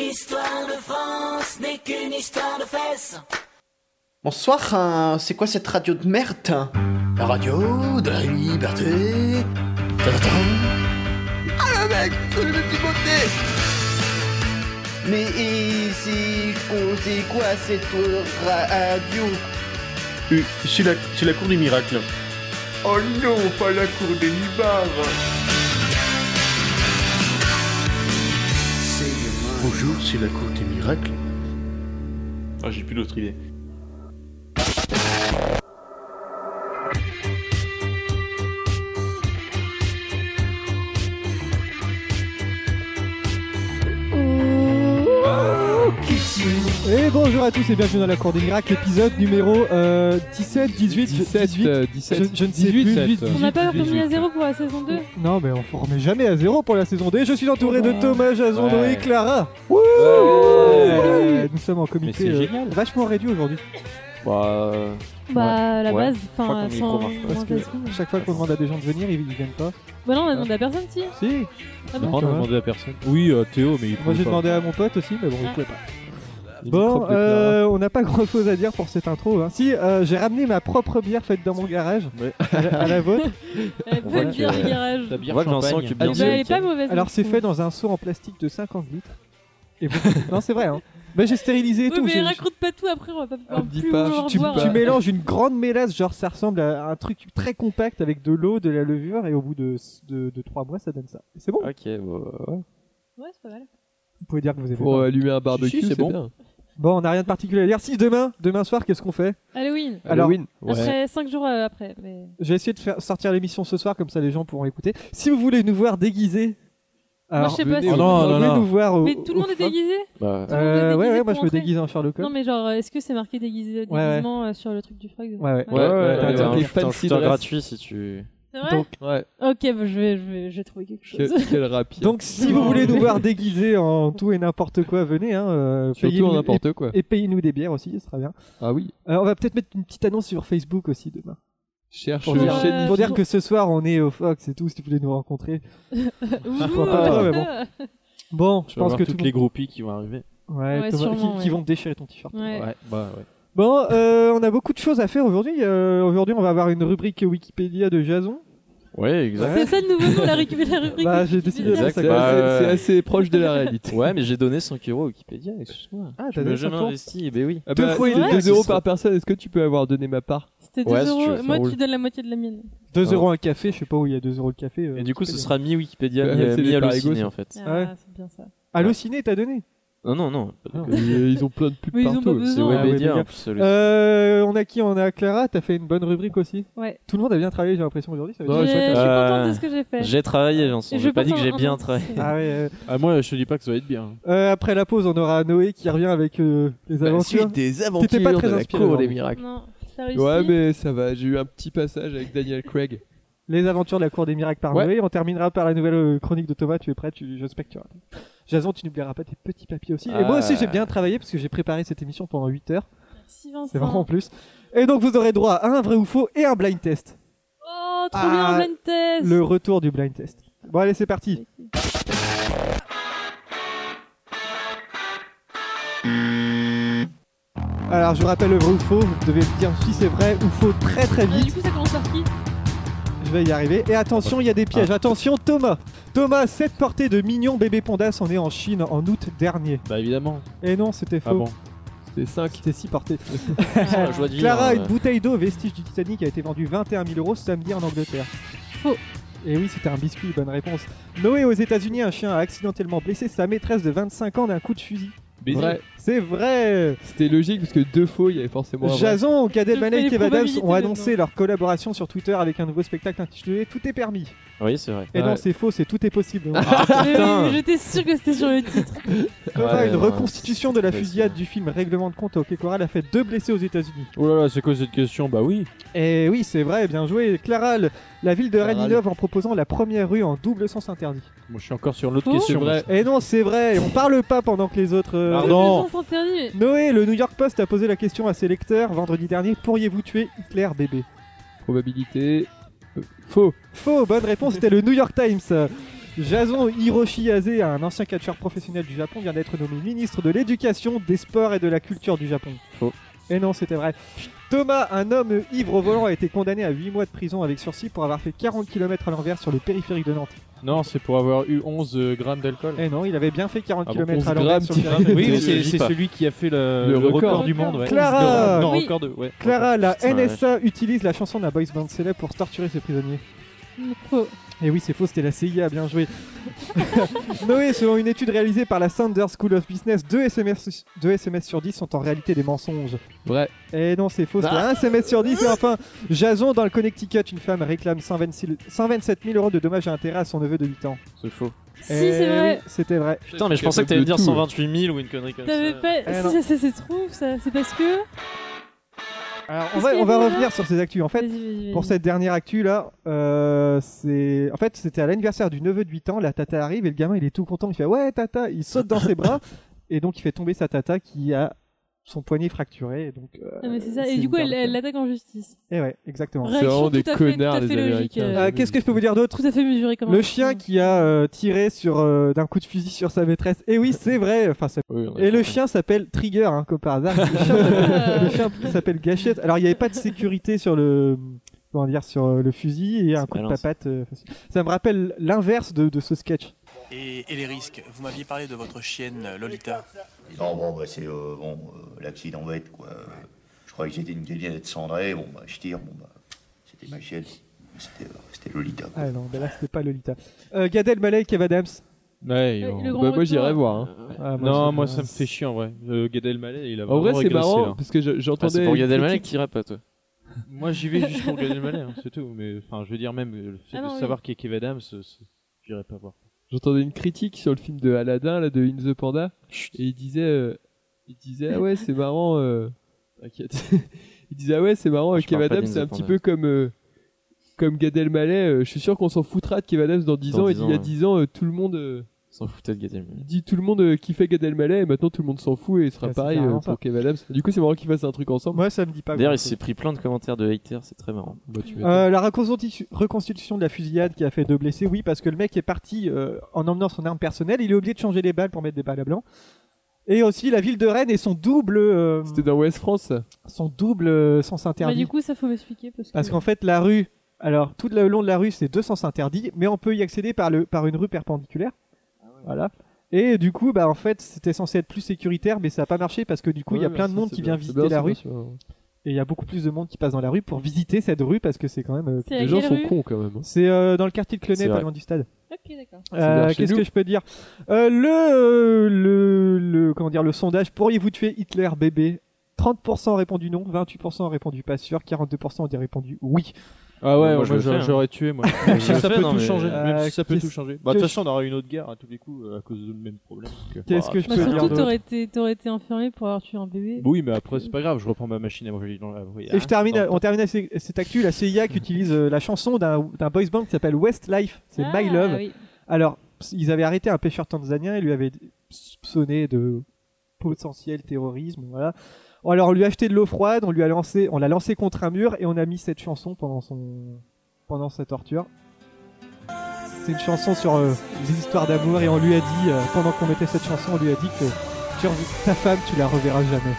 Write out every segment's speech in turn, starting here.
L'histoire de France n'est qu'une histoire de fesses. Bonsoir, c'est quoi cette radio de merde? La radio de la liberté. Ah le mec, c'est le petit beauté. Mais c'est quoi cette radio? C'est la cour des miracles. Oh non, pas la cour des libards. Bonjour, c'est la cour des miracles. Ah, j'ai plus d'autre idée. Et bonjour à tous et bienvenue dans la Cour des Miracles, épisode numéro 17, 18, 17. Je ne sais plus. On n'a pas remis à 0 pour la saison 2. Non mais on remet jamais à 0 pour la saison 2. Je suis entouré de Thomas, Jason, Noé et Clara. Nous sommes en comité vachement réduit aujourd'hui. La base, enfin, sans parce que chaque fois qu'on demande à des gens de venir, ils viennent pas. Bah non, on a demandé à personne, si. Ah bon, Non, on a demandé à personne. Oui, Théo, mais il moi j'ai pas. demandé à mon pote aussi, mais bon, il pouvait pas. Bon, on n'a pas grand chose à dire pour cette intro. Hein. Si, j'ai ramené ma propre bière faite dans mon garage, à la vôtre. Bonne bière du garage. On voit que Vincent qui est bien Elle est pas mauvaise. Alors c'est fait dans un seau en plastique de 50 litres. Et bon, non, c'est vrai, hein. Bah, j'ai stérilisé et tout. Mais raconte pas tout après, on va pas pouvoir plus en tu boire. Tu mélanges une grande mélasse, genre ça ressemble à un truc très compact avec de l'eau, de la levure, et au bout de 3 mois, ça donne ça. Et c'est bon. Ok, Ouais, c'est pas mal. Vous pouvez dire que vous avez pour allumer un barbecue, c'est bon. Bien. Bon, on n'a rien de particulier à dire. Si demain soir, qu'est-ce qu'on fait? Halloween. Alors, après 5 jours après. Mais... j'ai essayé de faire sortir l'émission ce soir, comme ça les gens pourront écouter. Si vous voulez nous voir déguisés. Moi, je sais pas si vous voulez nous voir mais tout le monde est déguisé? Ouais, moi je me déguise en Sherlock Holmes. Non, mais genre, est-ce que c'est marqué déguisement sur le truc du frog? Ouais. T'as des fancy gratuits si tu. C'est vrai? Donc, ouais. Ok, bah, je vais trouver quelque chose. Quel rapide. Donc si vous voulez nous voir déguisés en tout et n'importe quoi, venez. Surtout en n'importe quoi. Et payez-nous des bières aussi, ce sera bien. Ah oui. On va peut-être mettre une petite annonce sur Facebook aussi demain. Pour dire que ce soir on est au Fox et tout, si vous voulez nous rencontrer. Bon, je pense que toutes les groupies qui vont arriver. Ouais, sûrement, qui vont déchirer ton t-shirt. Ouais. Bon, on a beaucoup de choses à faire aujourd'hui. Aujourd'hui, on va avoir une rubrique Wikipédia de Jason. Ouais, exact. C'est ça le nouveau nom, la rubrique. Bah, j'ai décidé de faire ça. C'est assez proche de la réalité. Ouais, mais j'ai donné 5 € à Wikipédia, excuse-moi. Ah, t'as donné 5 € investi, ben oui. 2 euros par personne, est-ce que tu peux avoir donné ma part? C'était 2 euros. Moi, tu donnes la moitié de la mienne. 2 € un café, je sais pas où il y a 2 € le café. Et du coup, ce sera mi-Wikipédia, c'est mi-Allociné en fait. Ah, c'est bien ça. Allociné, t'as donné? Non. Ils ont plein de pubs partout. C'est Webedia en plus. On a qui? On a Clara, t'as fait une bonne rubrique aussi? Ouais. Tout le monde a bien travaillé, j'ai l'impression aujourd'hui. Je suis contente de ce que j'ai fait. J'ai travaillé, Vincent. J'ai pas dit que j'ai bien travaillé. Ah ouais. Moi, je te dis pas que ça va être bien. Après la pause, on aura Noé qui revient avec les aventures. Des aventures. T'étais pas très de la inspiré, cour des miracles. Non, t'as réussi. Ouais, mais ça va. J'ai eu un petit passage avec Daniel Craig. Les aventures de la cour des miracles par Noé. On terminera par la nouvelle chronique de Thomas. Tu es prêt? J'espère que tu rates. Jason, tu n'oublieras pas tes petits papiers aussi. Et moi aussi, j'ai bien travaillé parce que j'ai préparé cette émission pendant 8 heures. Merci Vincent. C'est vraiment plus. Et donc, vous aurez droit à un vrai ou faux et un blind test. Oh, trop bien, un blind test. Le retour du blind test. Bon, allez, c'est parti. Alors, je vous rappelle le vrai ou faux. Vous devez me dire si c'est vrai ou faux très vite. Du coup, ça commence par qui? Je vais y arriver. Et attention, il y a des pièges. Attention, Thomas, 7 portées de mignons bébés pandas sont nés en Chine en août dernier. Bah évidemment. Et non, c'était faux. Ah bon? C'était 5. C'était 6 portées. La joie de vivre, Clara, une bouteille d'eau vestige du Titanic a été vendue 21 000 € samedi en Angleterre. Faux. Et oui, c'était un biscuit, bonne réponse. Noé, aux États-Unis, un chien a accidentellement blessé sa maîtresse de 25 ans d'un coup de fusil. Vrai. C'est vrai. C'était logique parce que 2 faux, il y avait forcément un vrai. Jason, Gad Elmaleh et Kev Adams ont annoncé maintenant leur collaboration sur Twitter avec un nouveau spectacle intitulé Tout est permis. Oui, c'est vrai. Et non, c'est faux, c'est Tout est possible. J'étais sûr que c'était sur le titre. Une reconstitution de la fusillade du film Règlement de compte au Quai Coral a fait 2 blessés aux États-Unis. Oh là là, c'est quoi cette question? Bah oui. Et oui, c'est vrai, bien joué. Clara, la ville de Rennes innove en proposant la première rue en double sens interdit. Moi, je suis encore sur l'autre Faux. question. C'est vrai. Et non, c'est vrai, on parle pas pendant que les autres. Pardon. Noé, le New York Post a posé la question à ses lecteurs vendredi dernier: pourriez-vous tuer Hitler bébé? Probabilité. Faux. Faux, bonne réponse, c'était le New York Times. Jason Hiroshi Aze, un ancien catcheur professionnel du Japon, vient d'être nommé ministre de l'Éducation, des Sports et de la Culture du Japon. Faux. Et non, c'était vrai. Thomas, un homme ivre au volant, a été condamné à 8 mois de prison avec sursis pour avoir fait 40 km à l'envers sur le périphérique de Nantes. Non, c'est pour avoir eu 11 grammes d'alcool. Et non, il avait bien fait 40 bon, km à l'envers sur le périphérique. Oui, c'est celui qui a fait le record du monde. Ouais. Clara, non, record de, ouais. Clara, la NSA utilise la chanson d'un boys band célèbre pour torturer ses prisonniers. Faux. Et oui, c'est faux, c'était la CIA, bien joué. Noé, selon une étude réalisée par la Sanders School of Business, 2 SMS sur 10 sont en réalité des mensonges. Vrai. Et non, c'est faux, c'était 1 SMS sur 10. Et enfin, Jason, dans le Connecticut, une femme réclame 127 000 € de dommages et intérêts à son neveu de 8 ans. C'est faux. Si, c'est vrai. Oui, c'était vrai. Putain, mais je pensais que t'allais dire 128 000 ou une connerie comme ça. T'avais pas... Si, c'est trop, ça. C'est parce que... Alors, on va revenir sur ces actus. En fait, pour cette dernière actu là, c'était à l'anniversaire du neveu de 8 ans. La tata arrive et le gamin il est tout content. Il fait ouais tata, il saute dans ses bras et donc il fait tomber sa tata qui a son poignet fracturé. Et donc, mais c'est ça. Et du coup, elle l'attaque en justice. Et ouais, exactement. C'est vraiment des connards les Américains. Qu'est-ce que je peux vous dire d'autre? Tout à fait mesuré comme le chien qui a tiré d'un coup de fusil sur sa maîtresse. Et oui, c'est vrai. Enfin, et le chien s'appelle Trigger, hein, comme par hasard. Le chien s'appelle Gâchette. Alors, il n'y avait pas de sécurité sur le fusil et un coup de papate. Ça me rappelle l'inverse de ce sketch. Et les risques? Vous m'aviez parlé de votre chienne Lolita. Non, bon, bah, c'est l'accident bête, quoi. Je croyais que c'était une camionnette cendrée. Bon, bah, je tire. Bon, bah, c'était ma chienne. C'était Lolita. Quoi. Ah non, bah là, c'était pas Lolita. Gad Elmaleh, Kev Adams. Ouais, moi j'irais voir. Hein. Non, moi ça me fait chier en vrai. Gad Elmaleh, il a vraiment en vrai, c'est régressé, marrant là. parce que j'entendais. C'est pour Gad Elmaleh qui irait pas, toi. Moi j'y vais juste pour Gad Elmaleh, hein, c'est tout. Mais enfin, je veux dire, même le fait de savoir qui est Kev Adams, j'irais pas voir. J'entendais une critique sur le film de Aladdin, là, de In the Panda, et il disait ah ouais c'est marrant, t'inquiète. Il disait ah ouais c'est marrant, Kev Adams c'est un petit peu comme Gad Elmaleh. Je suis sûr qu'on s'en foutra de Kev Adams dans 10 ans. Et il y a 10 ans tout le monde s'en foutait de Gad Elmaleh. Il dit tout le monde kiffait Gad Elmaleh et maintenant tout le monde s'en fout et il sera pareil pour Kev Adams. Du coup c'est marrant qu'ils fassent un truc ensemble. Moi ça me dit pas. D'ailleurs il s'est pris plein de commentaires de haters, c'est très marrant. La reconstitution de la fusillade qui a fait 2 blessés, oui, parce que le mec est parti en emmenant son arme personnelle, il est obligé de changer les balles pour mettre des balles à blanc. Et aussi la ville de Rennes et son double. C'était dans Ouest France. Son double sens interdit. Bah, du coup ça faut m'expliquer parce qu'en fait la rue, alors tout le long de la rue c'est 2 sens interdits, mais on peut y accéder par une rue perpendiculaire. Voilà. Et du coup, bah en fait, c'était censé être plus sécuritaire, mais ça n'a pas marché parce que du coup, il y a plein de monde qui vient visiter la rue. Et il y a beaucoup plus de monde qui passe dans la rue pour visiter cette rue parce que c'est quand même. Les gens sont cons quand même. C'est dans le quartier de Clenay, pas loin du stade. Ok, d'accord. Qu'est-ce que je peux dire? Comment dire, le sondage, pourriez-vous tuer Hitler bébé? 30% ont répondu non, 28% ont répondu pas sûr, 42% ont répondu oui. Ah ouais, moi j'aurais tué moi. Même si ça peut tout changer. Bah de toute façon on aura une autre guerre à tous les coups à cause du même problème. Qu'est-ce que je peux dire? Surtout t'aurais été enfermé pour avoir tué un bébé. Oui, mais après c'est pas grave, je reprends ma machine à manger dans la rue. Et on termine avec cette actu, la CIA qui utilise la chanson d'un boys band qui s'appelle Westlife, c'est My Love. Oui. Alors, ils avaient arrêté un pêcheur tanzanien et lui avaient sonné de potentiel terrorisme, voilà. Alors on lui a acheté de l'eau froide, on l'a lancé contre un mur et on a mis cette chanson pendant sa torture. C'est une chanson sur les histoires d'amour et on lui a dit, pendant qu'on mettait cette chanson, on lui a dit que ta femme tu la reverras jamais.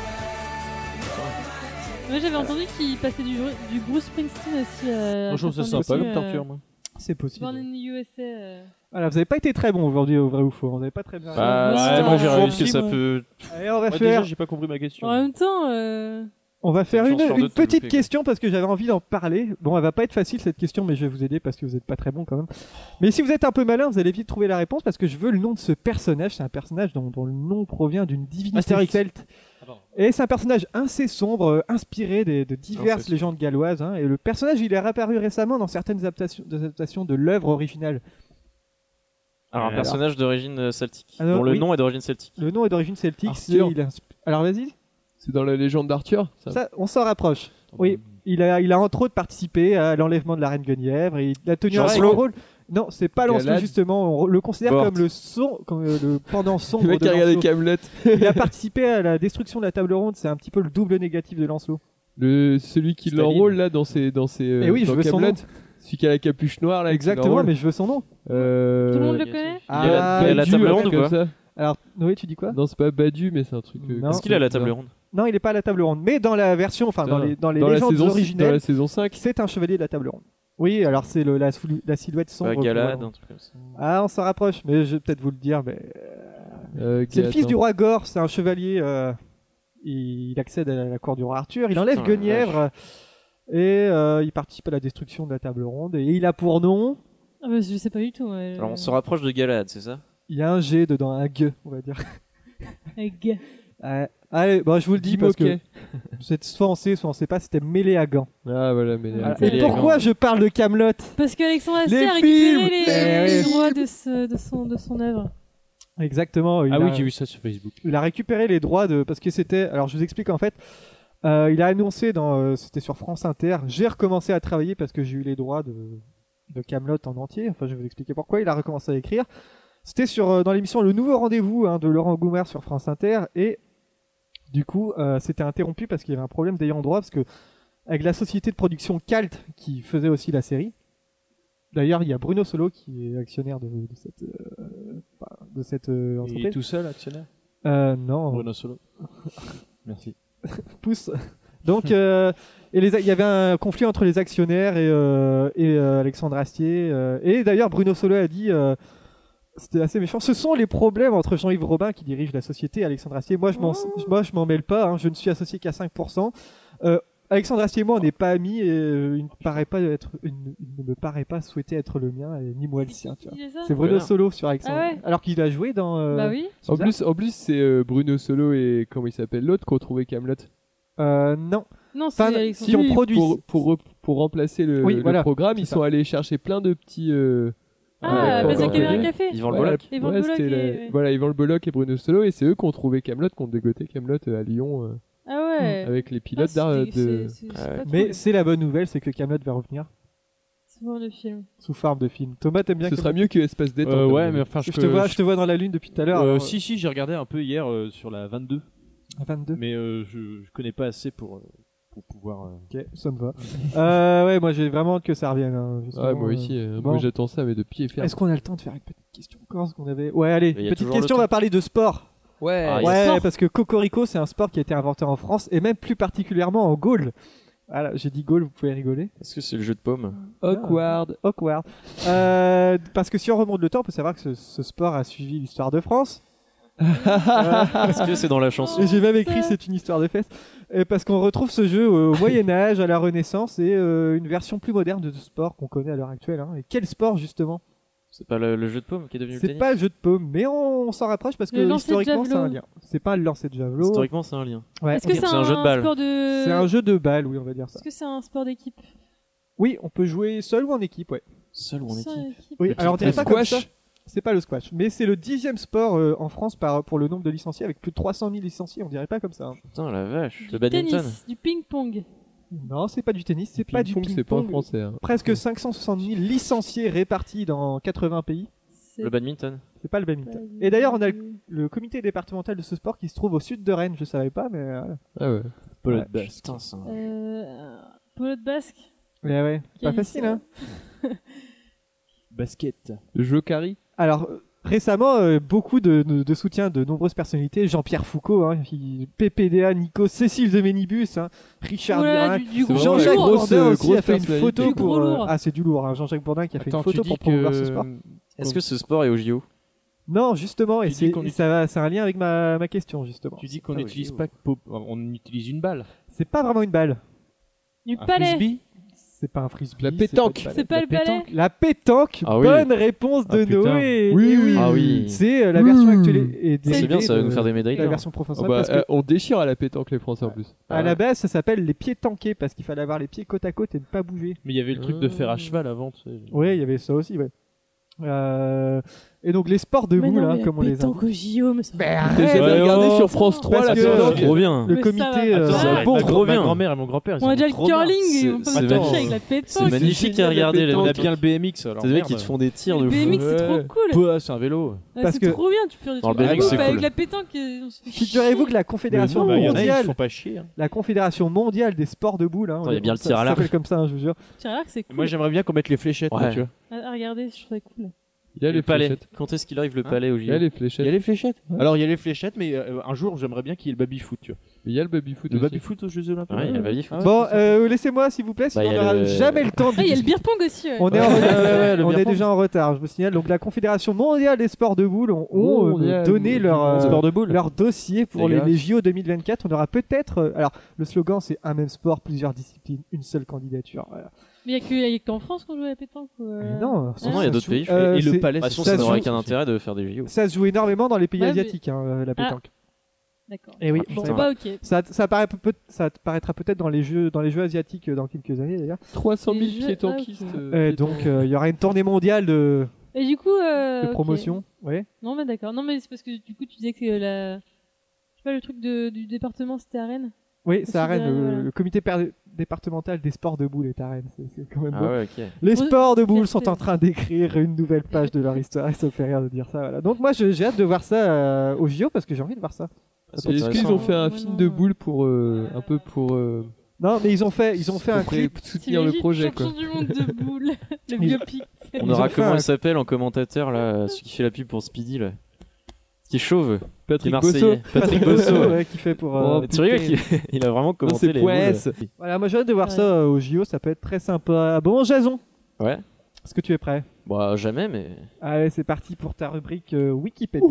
Moi j'avais entendu qu'il passait du Bruce Springsteen aussi. Moi je trouve ça sympa comme torture moi. C'est possible. Born in USA. Voilà, vous avez pas été très bon aujourd'hui au vrai ou faux. Vous avez pas très bien. Moi j'ai réussi que ça peut. Allez, on va faire. Déjà, j'ai pas compris ma question. En même temps. On va faire une petite question parce que j'avais envie d'en parler. Bon, elle va pas être facile cette question, mais je vais vous aider parce que vous êtes pas très bon quand même. Mais si vous êtes un peu malin, vous allez vite trouver la réponse parce que je veux le nom de ce personnage. C'est un personnage dont le nom provient d'une divinité celte. Et c'est un personnage assez sombre, inspiré de diverses légendes galloises. Hein, et le personnage, il est réapparu récemment dans certaines adaptations de l'œuvre originale. Alors, un personnage d'origine celtique. Dont le nom est d'origine celtique. Le nom est d'origine celtique. Alors, vas-y. C'est dans la légende d'Arthur. Ça, on s'en rapproche. Oui, il a entre autres participé à l'enlèvement de la reine Guenièvre. Et il a tenu un rôle. Non, c'est pas Lancelot justement. On le considère comme le pendant sombre. Le mec qui a regardé Camelot. Il a participé à la destruction de la table ronde. C'est un petit peu le double négatif de Lancelot. Celui qui l'enrôle là dans ses. Et oui, je veux son nom. Celui qui a la capuche noire là. Exactement, mais je veux son nom. Tout le monde le connaît. Il a la table ronde ou quoi? Alors, Noé, tu dis quoi? Non, c'est pas Badu, mais c'est un truc. Est-ce qu'il a la table ronde? Non, il est pas à la table ronde. Mais dans la version, enfin, dans les légendes originelles, dans la saison 5, c'est un chevalier de la table ronde. Oui, alors c'est la silhouette sombre. Galad, un truc comme ça. Ah, on s'en rapproche, mais je vais peut-être vous le dire. Mais c'est le fils du roi Gore, c'est un chevalier. Il accède à la cour du roi Arthur, il enlève Guenièvre et il participe à la destruction de la table ronde. Et il a pour nom. Ah bah, je sais pas du tout. Alors on se rapproche de Galad, c'est ça? Il y a un G dedans, un G, on va dire. Un G. Allez, bon, je vous le dis parce que c'est soit on sait pas, c'était Méléagan. Ah voilà, Méléagan. Et pourquoi je parle de Kaamelott? Parce qu'Alexandre Astier a récupéré les droits de son œuvre. Exactement. Oui, j'ai vu ça sur Facebook. Il a récupéré les droits parce que c'était. Alors je vous explique en fait. Il a annoncé c'était sur France Inter. J'ai recommencé à travailler parce que j'ai eu les droits de Kaamelott en entier. Enfin, je vais vous expliquer pourquoi. Il a recommencé à écrire. C'était dans l'émission Le Nouveau Rendez-vous de Laurent Goumard sur France Inter et du coup c'était interrompu parce qu'il y avait un problème d'ayant droit parce que avec la société de production Calt qui faisait aussi la série. D'ailleurs, il y a Bruno Solo qui est actionnaire de cette entreprise. Il est tout seul actionnaire? Non. Bruno Solo. Merci. Pousse. Donc, il y avait un conflit entre les actionnaires et Alexandre Astier. Et d'ailleurs, Bruno Solo a dit, c'était assez méchant, ce sont les problèmes entre Jean-Yves Robin qui dirige la société et Alexandre Astier. Moi, je m'en mêle pas. Je ne suis associé qu'à 5%. Alexandre Astier et moi, on n'est pas amis. Et il ne me paraît pas souhaiter être le mien, et ni moi le sien. C'est Bruno Solo sur Alexandre. Ah ouais. Alors qu'il a joué dans. Bah oui. En plus, c'est Bruno Solo et comment il s'appelle l'autre qui ont trouvé Kaamelott. Non. Non, c'est Alexandre. Qui ont produit. Pour remplacer le programme, ils sont allés chercher plein de petits. Parce qu'il y avait un café. Yvan Le Bolloc. Yvan Le Bolloc et Bruno Solo, et c'est eux qui ont trouvé Kaamelott, qui ont dégoté Kaamelott à Lyon. Ah ouais. Avec les pilotes Mais c'est la bonne nouvelle, c'est que Kaamelott va revenir. Sous forme de film. Thomas, t'aimes bien? Ce sera mieux que Espace Détente. Ouais, mais enfin, je te vois dans la lune depuis tout à l'heure. Si, j'ai regardé un peu hier sur la 22. La 22. Mais je connais pas assez pour pouvoir. Ok, ça me va. Ouais, moi j'ai vraiment hâte que ça revienne. Moi aussi. Moi j'attends ça avec de pied ferme. Est-ce qu'on a le temps de faire une petite question encore, ce qu'on avait? Ouais, allez, petite question. On va parler de sport. Ouais, parce que Cocorico, c'est un sport qui a été inventé en France et même plus particulièrement en Gaule. Voilà, j'ai dit Gaule, vous pouvez rigoler. Est-ce que c'est le jeu de paume? Awkward. Parce que si on remonte le temps, on peut savoir que ce sport a suivi l'histoire de France. Est-ce que c'est dans la chanson? Et j'ai même écrit c'est une histoire de fesses. Parce qu'on retrouve ce jeu au Moyen-Âge, à la Renaissance et une version plus moderne de ce sport qu'on connaît à l'heure actuelle. Et quel sport justement? C'est pas le jeu de paume qui est devenu le tennis? C'est pas le jeu de paume, mais on s'en rapproche parce que historiquement c'est un lien. C'est pas le lancer de javelot. Historiquement c'est un lien. Ouais. Est-ce que c'est un jeu de balle? C'est un jeu de balle, oui, on va dire ça. Est-ce que c'est un sport d'équipe? Oui, on peut jouer seul ou en équipe, ouais. Seul ou en équipe? Oui, alors on dirait pas comme ça. C'est pas le squash, mais c'est le 10e sport en France pour le nombre de licenciés, avec plus de 300 000 licenciés, on dirait pas comme ça. Putain la vache. Le badminton. Du ping-pong. Non, c'est pas du tennis, c'est pas du ping-pong. C'est pas en français. Presque 560 000 licenciés répartis dans 80 pays. Le badminton. C'est pas le badminton. Et d'ailleurs, on a le comité départemental de ce sport qui se trouve au sud de Rennes, je savais pas, mais voilà. Ah ouais. Polo de basque. Polo de basque. Ouais, pas facile, hein. Basket. Le jeu carry. Alors, récemment, beaucoup de soutien de nombreuses personnalités. Jean-Pierre Foucault, PPDA, Nico, Cécile de Ménibus, Richard Virac, Jean-Jacques Bourdin aussi a fait une photo pour... Ah, c'est du lourd, hein. Jean-Jacques Bourdin qui a fait une photo pour promouvoir ce sport. Est-ce que ce sport est au JO? Non, justement, et c'est un lien avec ma question, justement. Tu dis qu'on n'utilise pas... On utilise une balle. C'est pas vraiment une balle. Du palais. Frisbee? C'est pas un frisbee. La pétanque. C'est pas le palais. La pétanque. Bonne réponse de Noé. Oui. Ah oui. C'est la version actuelle. C'est bien, ça va nous faire des médailles. La version professionnelle. On déchire à la pétanque les Français en plus. À la base, ça s'appelle les pieds tankés parce qu'il fallait avoir les pieds côte à côte et ne pas bouger. Mais il y avait le truc de fer à cheval avant. Oui, il y avait ça aussi, ouais. Et donc les sports debout là, comme on les a. Pétanque au JO, mais ça. T'essaies de regarder sur France 3 la pétanque. Trop bien. Le comité. Trop bien. Ma grand-mère et mon grand-père. On a déjà le curling, on peut pas toucher avec la pétanque. C'est magnifique à regarder. On a bien le BMX. C'est des mecs qui te font des tirs de Le BMX, c'est trop cool. C'est un vélo. Parce que trop bien, tu peux faire des dans le trucs BMX, c'est avec cool. la pétanque. On se fait Figurez-vous que la Confédération mondiale, Ils font pas chier. la Confédération mondiale des sports debout là, il y a bien le tir à l'arc. Ça s'appelle comme ça, je vous jure. Tir à l'arc, c'est cool. Moi, j'aimerais bien qu'on mette les fléchettes, tu vois. Ah, regardez, je trouve ça cool. Il y a les palais. fléchettes. Quand est-ce qu'il arrive le palais au JO? Il y a les fléchettes. Il y a les fléchettes. Alors il y a les fléchettes, mais un jour j'aimerais bien qu'il y ait le baby-foot, tu vois. Mais il y a le baby-foot. Le baby-foot aux Jeux Olympiques. Ouais, il y a le baby-foot. Bon, laissez-moi s'il vous plaît, sinon on n'aura jamais le temps de. Ah, il y a le beer pong aussi. On est on est déjà en retard, je vous signale. Donc la Confédération mondiale des sports de boules ont donné leur dossier pour les JO 2024. On aura peut-être. Alors le slogan c'est un même sport, plusieurs disciplines, une seule candidature. Voilà. Mais il n'y a qu'en France qu'on joue à la pétanque Non, il y a d'autres pays. Et le palais, ça n'aurait aucun intérêt de faire des JO. Ça se joue énormément dans les pays asiatiques, la pétanque. D'accord. Et oui, bon, bah, ok. Ça paraîtra peut-être dans les jeux asiatiques dans quelques années d'ailleurs. 300 000 pétanquistes. Donc il y aura une tournée mondiale de. Et du coup, de promotion. Ouais. Non mais d'accord. Non mais c'est parce que du coup tu disais que je sais pas, le truc du département c'était à Rennes. Oui, c'est à Rennes. Le comité départemental des sports de boules est à Rennes. C'est quand même beau. Ouais, okay. Les sports de boules sont en train d'écrire une nouvelle page de leur histoire. Ça me fait rire de dire ça. Voilà. Donc moi j'ai hâte de voir ça au JO parce que j'ai envie de voir ça. Est-ce qu'ils ont fait un film de boules pour un peu pour Non, mais ils ont fait un clip pour soutenir le projet quoi. Du monde de boules, le biopic. On aura comment il s'appelle en commentateur là, celui qui fait la pub pour Speedy là. Qui est chauve, Patrick Bosso. Patrick Bosso, ouais, qui fait pour. Tu rigoles, il a vraiment commenté les boules. Voilà, moi j'ai hâte de voir ça au JO, ça peut être très sympa. Bon, Jason. Ouais. Est-ce que tu es prêt? Bah jamais, mais. Allez, c'est parti pour ta rubrique Wikipédia.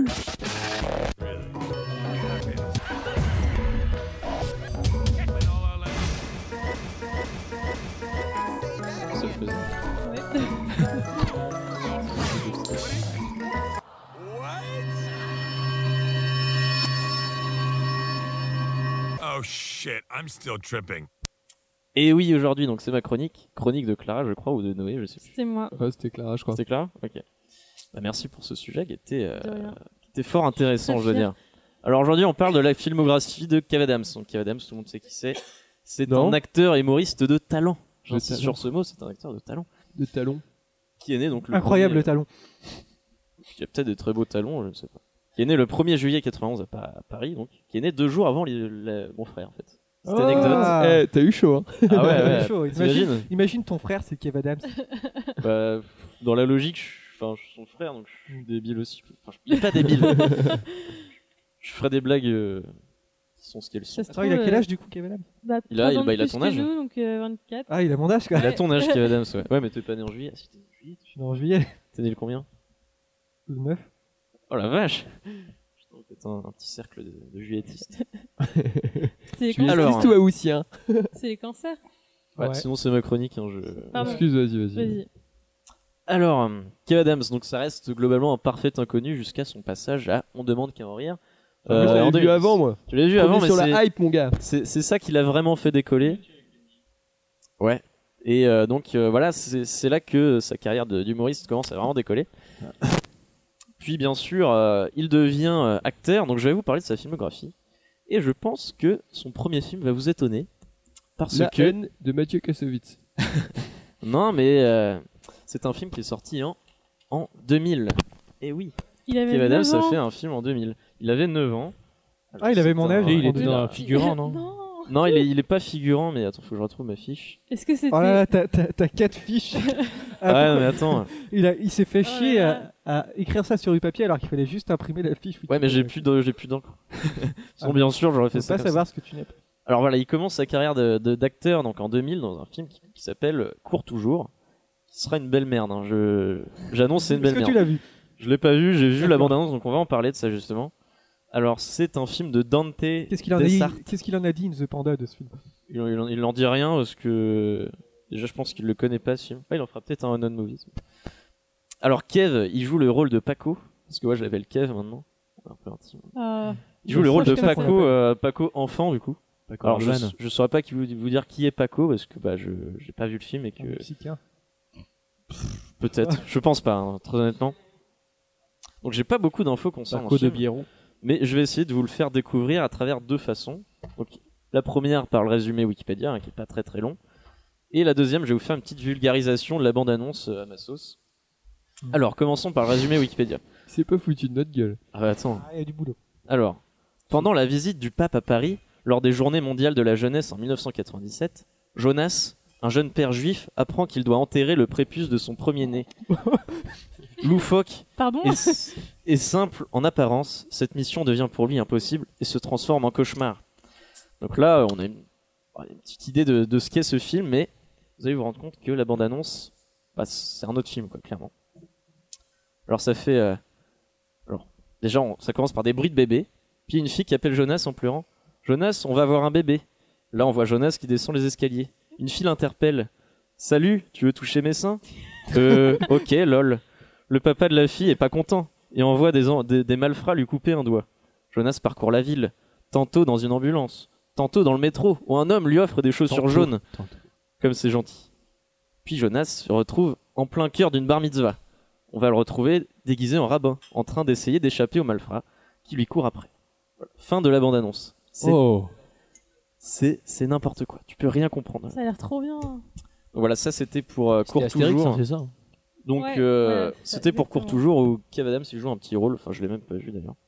Ça le faisait. Oh shit, I'm still tripping. Et oui, aujourd'hui, donc c'est ma chronique de Clara, je crois, ou de Noé, je sais plus. C'est moi. Ouais, c'était Clara, je crois. C'était Clara. Ok. Bah, merci pour ce sujet qui était fort intéressant, je veux dire. Alors aujourd'hui, on parle de la filmographie de Kev Adams. Donc Kev Adams, tout le monde sait qui c'est. C'est un acteur et humoriste de talent. J'insiste sur ce mot, c'est un acteur de talent. De talent. Qui est né donc incroyable talon. Il y a peut-être des très beaux talons, je ne sais pas. Qui est né le 1er juillet 91 à Paris, donc. Qui est né 2 jours avant mon frère, en fait. Cette anecdote. T'as eu chaud, hein. Ah ouais. Chaud. Imagine ton frère, c'est Kev Adams. Bah, dans la logique, je suis son frère, donc je suis débile aussi. Enfin, je suis pas débile. Je ferai des blagues qui sont ce qu'elles sont. Attends, il a quel âge du coup, Kev Adams? Bah, il a ton âge. Nous, donc 24. Ah, il a mon âge quoi. Il a ton âge, Kev Adams, ouais. Ouais, mais t'es pas né en juillet. Si t'es né en juillet. Je suis né en juillet. T'es né le combien? Le 9. Oh la vache! C'est un petit cercle de juilletistes. C'est les cancers ou haussien? C'est les cancers. Ouais. Sinon c'est ma chronique. Hein, Excuse, vas-y. Alors, Kev Adams, donc ça reste globalement un parfait inconnu jusqu'à son passage à On demande qu'à en rire. Je l'avais vu avant, moi. Tu l'as vu avant, mais sur la hype, mon gars. C'est ça qui l'a vraiment fait décoller. Ouais. Et donc voilà, c'est là que sa carrière d'humoriste commence à vraiment décoller. Puis bien sûr, il devient acteur, donc je vais vous parler de sa filmographie. Et je pense que son premier film va vous étonner. Parce La que... haine de Mathieu Kassovitz. Non, mais c'est un film qui est sorti en 2000. Et oui, Kev Adams a fait un film en 2000. Il avait 9 ans. Alors, il avait mon âge. Il était un figurant, non? Non, il est pas figurant, mais attends, faut que je retrouve ma fiche. Est-ce que c'était... Oh là là, t'as 4 fiches. Ah non, mais attends. Il s'est fait chier à écrire ça sur du papier alors qu'il fallait juste imprimer la fiche. Ouais, mais j'ai plus d'encre. Sinon, bien sûr, j'aurais fait ça. Faut pas savoir ce que tu n'as pas. Alors voilà, il commence sa carrière d'acteur donc en 2000 dans un film qui s'appelle Cours toujours. Qui sera une belle merde. Hein. J'annonce c'est une belle merde. Est-ce que tu l'as vu? Je l'ai pas vu, j'ai vu la bande-annonce, donc on va en parler de ça justement. Alors c'est un film de Dante. Qu'est-ce qu'il en a dit, In the Panda, de ce film? Il en dit rien parce que déjà je pense qu'il le connaît pas ce film. Il en fera peut-être un unknown movie. Alors Kev, il joue le rôle de Paco, parce que moi je l'appelle Kev maintenant, un peu intime. Il joue le rôle de Paco enfant du coup. Paco. Alors je saurais pas vous dire qui est Paco parce que j'ai pas vu le film et que Mexicain. Peut-être, je pense pas, hein, très honnêtement. Donc j'ai pas beaucoup d'infos concernant ce film, mais je vais essayer de vous le faire découvrir à travers deux façons. Donc la première par le résumé Wikipédia, hein, qui est pas très très long, et la deuxième, je vais vous faire une petite vulgarisation de la bande-annonce à ma sauce. Alors, commençons par le résumé Wikipédia. C'est pas foutu de notre gueule. Ah bah attends. Il y a du boulot. Alors, pendant la visite du pape à Paris, lors des Journées mondiales de la jeunesse en 1997, Jonas, un jeune père juif, apprend qu'il doit enterrer le prépuce de son premier-né. Loufoque et simple en apparence, cette mission devient pour lui impossible et se transforme en cauchemar. Donc là, on a une petite idée de ce qu'est ce film, mais vous allez vous rendre compte que la bande-annonce, c'est un autre film, quoi, clairement. Alors ça fait... Alors, déjà, ça commence par des bruits de bébé, puis une fille qui appelle Jonas en pleurant. « Jonas, on va avoir un bébé !» Là, on voit Jonas qui descend les escaliers. Une fille l'interpelle. « Salut, tu veux toucher mes seins ?» Ok, lol. Le papa de la fille est pas content et envoie des malfrats lui couper un doigt. Jonas parcourt la ville, tantôt dans une ambulance, tantôt dans le métro, où un homme lui offre des chaussures jaunes. Comme c'est gentil. Puis Jonas se retrouve en plein cœur d'une bar mitzvah. On va le retrouver déguisé en rabbin, en train d'essayer d'échapper aux malfrats qui lui courent après. Voilà. Fin de la bande-annonce. C'est n'importe quoi. Tu peux rien comprendre. Ça a l'air trop bien. Donc voilà, ça c'était pour Court Astérix, Toujours. hein, c'est ça. Donc c'était pour Court Toujours où Kev Adams il joue un petit rôle. Enfin, je l'ai même pas vu d'ailleurs.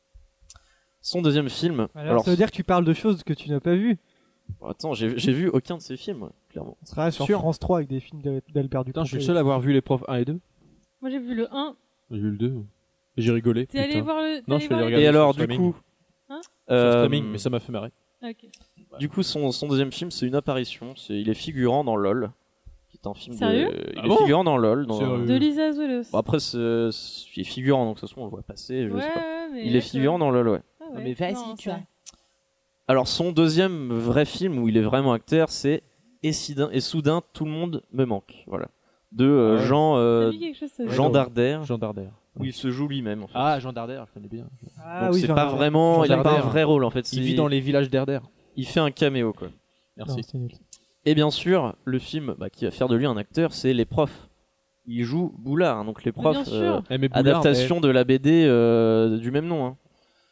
Son deuxième film. Alors ça veut dire que tu parles de choses que tu n'as pas vues. Bon, attends, j'ai vu aucun de ces films, clairement. On sera sur France 3 avec des films d'Albert Dupontel. Je suis le seul à avoir vu Les Profs 1 et 2. Moi j'ai vu le 1. J'ai vu le 2. Et j'ai rigolé. T'es allé voir le... Non, je suis allé regarder. Et alors, du coup... sur streaming, mais ça m'a fait marrer. Okay. Du coup, son deuxième film, c'est une apparition. Il est figurant dans LOL. Qui est un film Sérieux il est figurant dans LOL. De Lisa Azuelos. Bon, après, il est figurant, donc de toute façon, on le voit passer. Je sais pas. Mais il est figurant dans LOL, ouais. Ah ouais. Mais vas-y, tu vois. Alors, son deuxième vrai film où il est vraiment acteur, c'est Et soudain, tout le monde me manque. Voilà. De Jean Dardère. Jean Dardère. Où il se joue lui-même, en fait. Ah, Jean Dardère, je connais bien. Ah, donc oui, c'est pas vraiment... Il a pas un vrai rôle, en fait. Il vit dans les villages d'Erdère. Il fait un caméo, quoi. Merci. Non, et bien sûr, le film qui va faire de lui un acteur, c'est Les Profs. Il joue Boulard, hein, donc Les Profs, adaptation de la BD du même nom. Hein.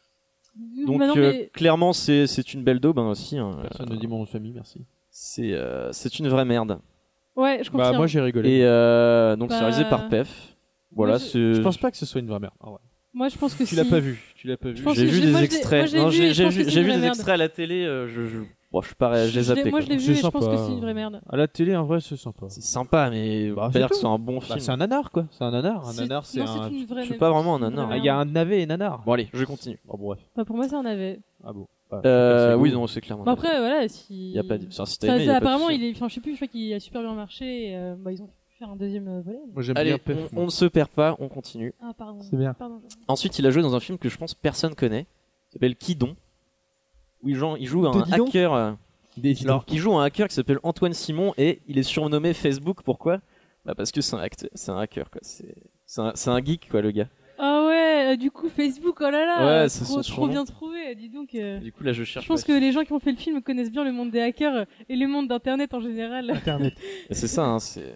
Donc clairement, c'est une belle daube hein, aussi. Hein. Personne ne dit mon nom de famille, merci. C'est une vraie merde. Ouais, je confirme. Bah moi j'ai rigolé. Et donc c'est réalisé par PEF. Voilà, je pense pas que ce soit une vraie merde. Ah ouais. Moi je pense que tu l'as pas vu. J'ai vu des extraits. J'ai vu des extraits à la télé. Bon, je suis pas, je les zappé. Moi je l'ai vu et je pense que c'est une vraie merde. À la télé, en vrai, c'est sympa. C'est sympa, mais on peut dire que c'est un bon film. C'est un nanar, quoi. C'est un nanar. Un nanar, c'est un. Je suis pas vraiment un nanar. Il y a un navet et nanar. Bon, allez, je continue. Bon, bref. Bah, pour moi, c'est un navet. Ah bon. Oui, non, c'est clairement. Bah après, voilà, il y a pas. Apparemment, je sais plus, je crois qu'il a super bien marché. Ils ont pu faire un deuxième volet. Moi, j'aime bien. Allez, on ne se perd pas, on continue. Ah, pardon. C'est bien. Ensuite, il a joué dans un film que je pense personne connaît. Il s'appelle Kidon. Où il joue un hacker. Alors, il joue un hacker qui s'appelle Antoine Simon et il est surnommé Facebook. Pourquoi ? Bah parce que c'est un hacker quoi. C'est un geek quoi le gars. Ah ouais, du coup Facebook, oh là là, ouais, c'est trop bien trouvé. Dis donc. Du coup là je cherche. Je pense que les gens qui ont fait le film connaissent bien le monde des hackers et le monde d'internet en général. Internet. C'est ça hein, c'est.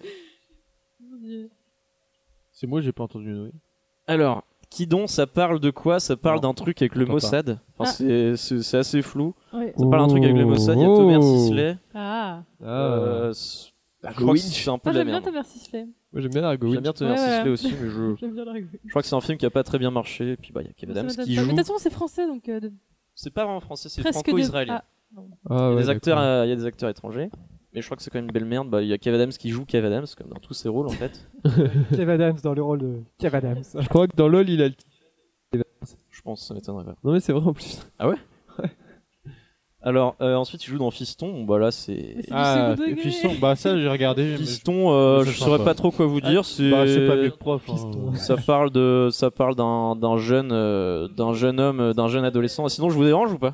C'est moi j'ai pas entendu Noé. Alors. Kidon, ça parle de quoi ? Ça parle d'un truc avec le Mossad. Enfin, c'est assez flou. Ouais. Ça parle d'un truc avec le Mossad. Il y a Thomas Sisley. Je crois que c'est un peu de la merde. J'aime bien Thomas Sisley. Moi j'aime bien Largo Winch. J'aime bien Thomas Sisley aussi, mais j'aime bien Largo Winch. Je crois que c'est un film qui a pas très bien marché. Et puis il y a Kev Adams qui joue. Mais de toute façon c'est français donc. C'est pas vraiment français, c'est franco-israélien. Il y a des acteurs étrangers. Mais je crois que c'est quand même une belle merde. Il y a Kev Adams qui joue Kev Adams, comme dans tous ses rôles en fait. Kev Adams dans le rôle de Kev Adams. Je crois que dans LoL il a le. Je pense, ça m'étonnerait pas. Non mais c'est vrai en plus. Ah ouais. Alors ensuite il joue dans Fiston. Bon, bah là c'est. Fiston. Bah ça j'ai regardé. Fiston, je saurais pas trop quoi vous dire. C'est pas mieux que Prof. Ça parle d'un jeune homme, d'un jeune adolescent. Sinon je vous dérange ou pas?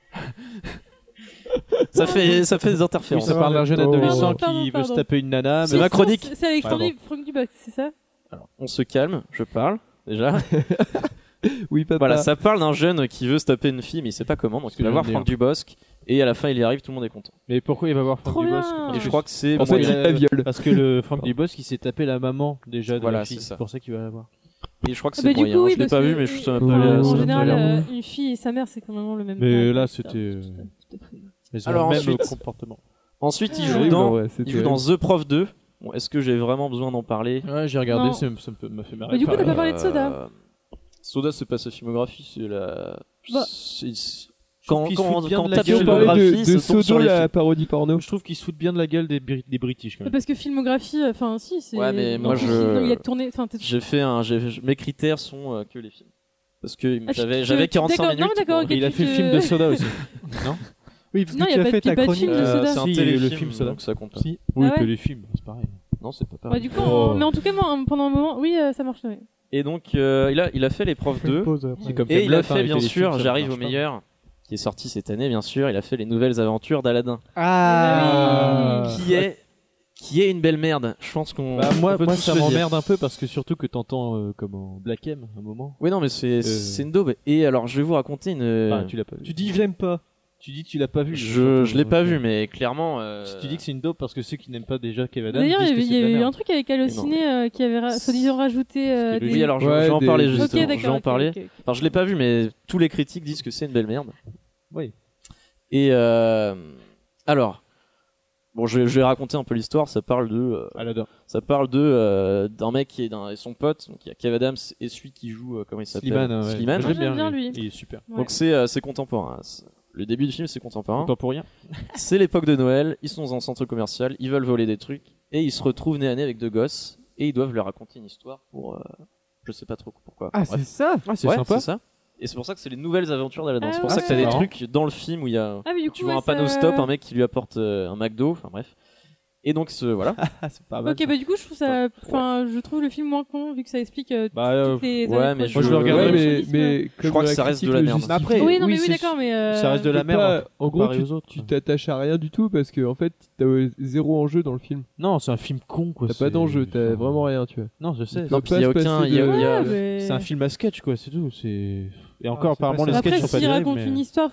ça fait des interférences. Oui, ça parle d'un jeune adolescent qui veut se taper une nana. C'est ma chronique. C'est avec Franck Dubosc, c'est ça? Alors on se calme. Je parle déjà. Oui, papa. Voilà, ça parle d'un jeune qui veut se taper une fille mais il sait pas comment, donc il va voir Franck Dubosc et à la fin il y arrive, tout le monde est content. Mais pourquoi il va voir Franck Dubosc? Et je crois que c'est il la viole. Parce que le Franck Dubosc il s'est tapé la maman déjà de la fille, c'est pour ça qu'il va la voir. Et je crois que c'est moyen. Coup, oui, je l'ai pas vu, mais ça m'a pas l'air. En général, une fille et sa mère, c'est quand même le même. Mais là, c'était. Alors le même comportement. Ensuite, il joue dans The Prof 2. Bon, est-ce que j'ai vraiment besoin d'en parler? Ouais, j'ai regardé, ça m'a fait marrer. Mais du coup, t'as pas parlé de Soda. Soda, c'est pas sa filmographie, c'est la. Quand on tape filmographie, de Soda, la parodie porno. Je trouve qu'ils se foutent bien de la gueule des British quand même. Parce que filmographie, enfin si, c'est. Ouais, mais moi il a tourné. J'ai fait mes critères sont que les films. Parce que j'avais 45 minutes. Il a fait le film de Soda aussi. Non? Oui, parce que tu as fait ta chronique. C'est un téléfilm, le film Soda, donc ça compte. Si. Oui, que les films, c'est pareil. Non, c'est pas pareil. Du coup, mais en tout cas, moi, pendant un moment, oui, ça marche. Oui. Et donc, il a fait Les Profs 2. Et il a fait, bien sûr, J'arrive au meilleur, qui est sorti cette année, bien sûr. Il a fait Les Nouvelles Aventures d'Aladin. Qui est une belle merde. Je pense qu'on. Moi, ça m'emmerde un peu parce que surtout que t'entends comment Black M à un moment. Oui, non, mais c'est une daube. Et alors, je vais vous raconter une. Tu l'as pas vu. Tu dis je l'aime pas. Tu dis que tu l'as pas vu. Je l'ai pas vu, mais clairement. Si tu dis que c'est une dope parce que ceux qui n'aiment pas déjà Kev Adams. D'ailleurs, il y avait eu un truc avec Allociné qui avait soi-disant rajouté. Oui, alors je vais en parler justement. Okay, je vais en parler. Enfin, je l'ai pas vu, mais tous les critiques disent que c'est une belle merde. Oui. Et alors, bon, je vais raconter un peu l'histoire. Ça parle de. Ça parle d'un mec qui est et son pote. Donc il y a Kev Adams et celui qui joue comment il s'appelle Slimane. J'aime bien lui. Il est super. Ouais. Donc c'est contemporain. Le début du film, c'est contemporain. Contemporain. C'est l'époque de Noël, ils sont dans un centre commercial, ils veulent voler des trucs, et ils se retrouvent nez à nez avec deux gosses, et ils doivent leur raconter une histoire pour... je sais pas trop pourquoi. Ah, c'est ça. C'est sympa. C'est ça. Et c'est pour ça que c'est les nouvelles aventures d'Aladin. C'est pour ça que t'as des trucs dans le film où il y a... tu vois un panneau stop, un mec qui lui apporte un McDo, enfin bref. Et donc voilà. C'est pas mal. Ok, du coup je trouve ça, je trouve le film moins con vu que ça explique toutes les. Ouais, mais moi je le regarde, mais je crois que ça reste de la merde. Après, oui, d'accord, mais ça reste de la merde. En gros, tu t'attaches à rien du tout parce que en fait t'as zéro enjeu dans le film. Non, c'est un film con quoi. T'as pas d'enjeu, t'as vraiment rien, tu vois. Non, je sais. Non, puis il y a aucun. C'est un film à sketch quoi, c'est tout. Et encore apparemment les sketchs sont pas terribles. Après, s'il raconte une histoire,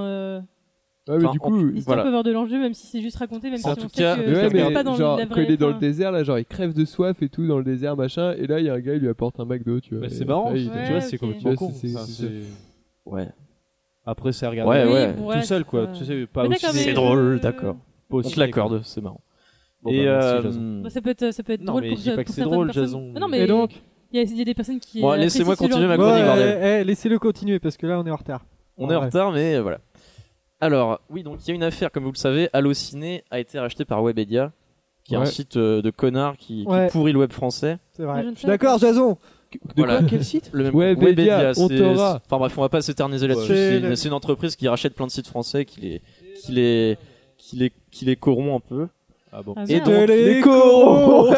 Ah mais du coup, l'histoire peut avoir de l'enjeu même si c'est juste raconté, même si on sait que ça se pas dans genre, la vraie. Quand il est dans le désert là, genre il crève de soif et tout dans le désert machin, et là il y a un gars il lui apporte un McDo, tu vois. C'est marrant, tu vois, c'est complètement con. Ouais. Après c'est à regarder tout seul quoi. Tu sais pas aussi. C'est drôle, d'accord. On te l'accorde, c'est marrant. Et ça peut être drôle pour certaines personnes. C'est drôle, Jason. Non mais donc il y a des personnes qui. Bon, laissez-moi continuer ma chronique, bordel. Laissez-le continuer parce que là on est en retard. On est en retard, mais voilà. Alors, oui, donc il y a une affaire, comme vous le savez, Allociné a été racheté par Webedia, qui est un site de connards qui pourrit le web français. C'est vrai. Je suis d'accord, Jason. De quoi? Quel site? Le même Webedia, on t'aura. Enfin bref, on va pas s'éterniser là-dessus. C'est une entreprise qui rachète plein de sites français, qui les corrompt un peu. Ah bon. Et donc les corrompt.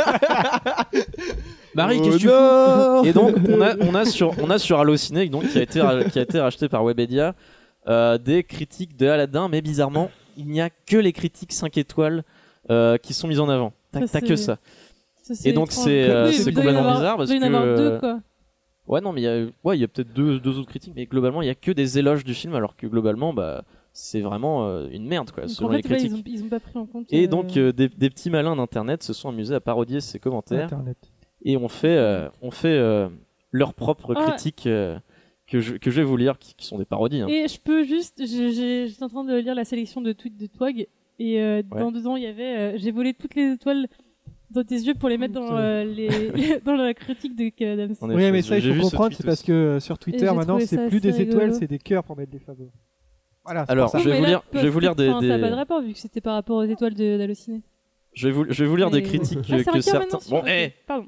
Marie, qu'est-ce que tu fais? Et donc on a sur Allociné, donc qui a été racheté par Webedia. Des critiques de Aladin, mais bizarrement, il n'y a que les critiques 5 étoiles qui sont mises en avant. T'as que ça. Et donc c'est complètement bizarre parce que. Il doit y en avoir deux, quoi. Ouais, non, mais il y a peut-être deux autres critiques, mais globalement, il n'y a que des éloges du film, alors que globalement, c'est vraiment une merde, quoi, selon les critiques. Ils ont pas pris en compte. Et donc, des petits malins d'internet se sont amusés à parodier ces commentaires. Et on fait leurs propres critiques. Que je vais vous lire, qui sont des parodies. Hein. Et je peux juste, j'étais en train de lire la sélection de tweets de Twag, et dedans il y avait j'ai volé toutes les étoiles dans tes yeux pour les mettre dans dans la critique de Kev Adams. Oui, mais ça il faut comprendre, c'est parce que sur Twitter maintenant c'est plus des étoiles, c'est des cœurs pour mettre des favoris. Voilà. Alors je vais vous lire des. Ça n'a pas de rapport vu que c'était par rapport aux étoiles d'Allociné. Je vais vous lire des critiques que certains. Bon, pardon.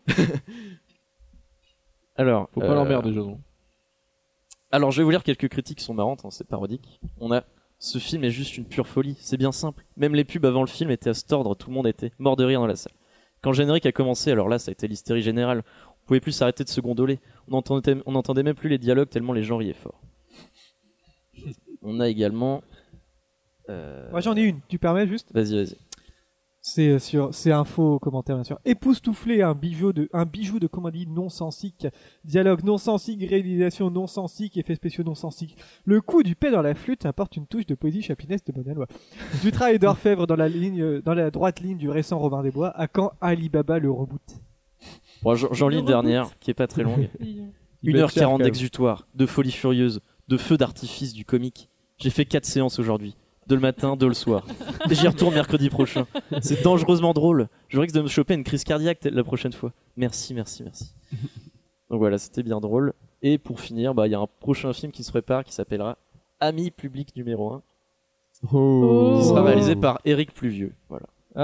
Alors. Faut pas l'emmerder, Jason. Alors, je vais vous lire quelques critiques qui sont marrantes, hein, c'est parodique. On a ce film est juste une pure folie, c'est bien simple. Même les pubs avant le film étaient à se tordre, tout le monde était mort de rire dans la salle. Quand le générique a commencé, alors là, ça a été l'hystérie générale. On pouvait plus s'arrêter de se gondoler. On n'entendait même plus les dialogues tellement les gens riaient fort. On a également. Moi j'en ai une, tu permets juste? Vas-y. C'est un faux commentaire bien sûr. Époustouflé, un bijou de comédie non-sensique, dialogue non-sensique, réalisation non-sensique, effets spéciaux non-sensiques. Le coup du paix dans la flûte apporte une touche de poésie chapinesque de bonne loi. Du travail d'orfèvre dans la droite ligne du récent Robin des Bois, à quand Alibaba le reboot? Bon, j'en lis une dernière qui est pas très longue. 1h40 d'exutoire, de folie furieuse, de feu d'artifice du comique. J'ai fait 4 séances aujourd'hui. De le matin, de le soir. Et j'y retourne mercredi prochain. C'est dangereusement drôle. Je risque de me choper une crise cardiaque la prochaine fois. Merci. Donc voilà, c'était bien drôle. Et pour finir, il y a un prochain film qui se prépare qui s'appellera Ami public numéro 1. Qui sera réalisé par Éric Pluvieux. Voilà.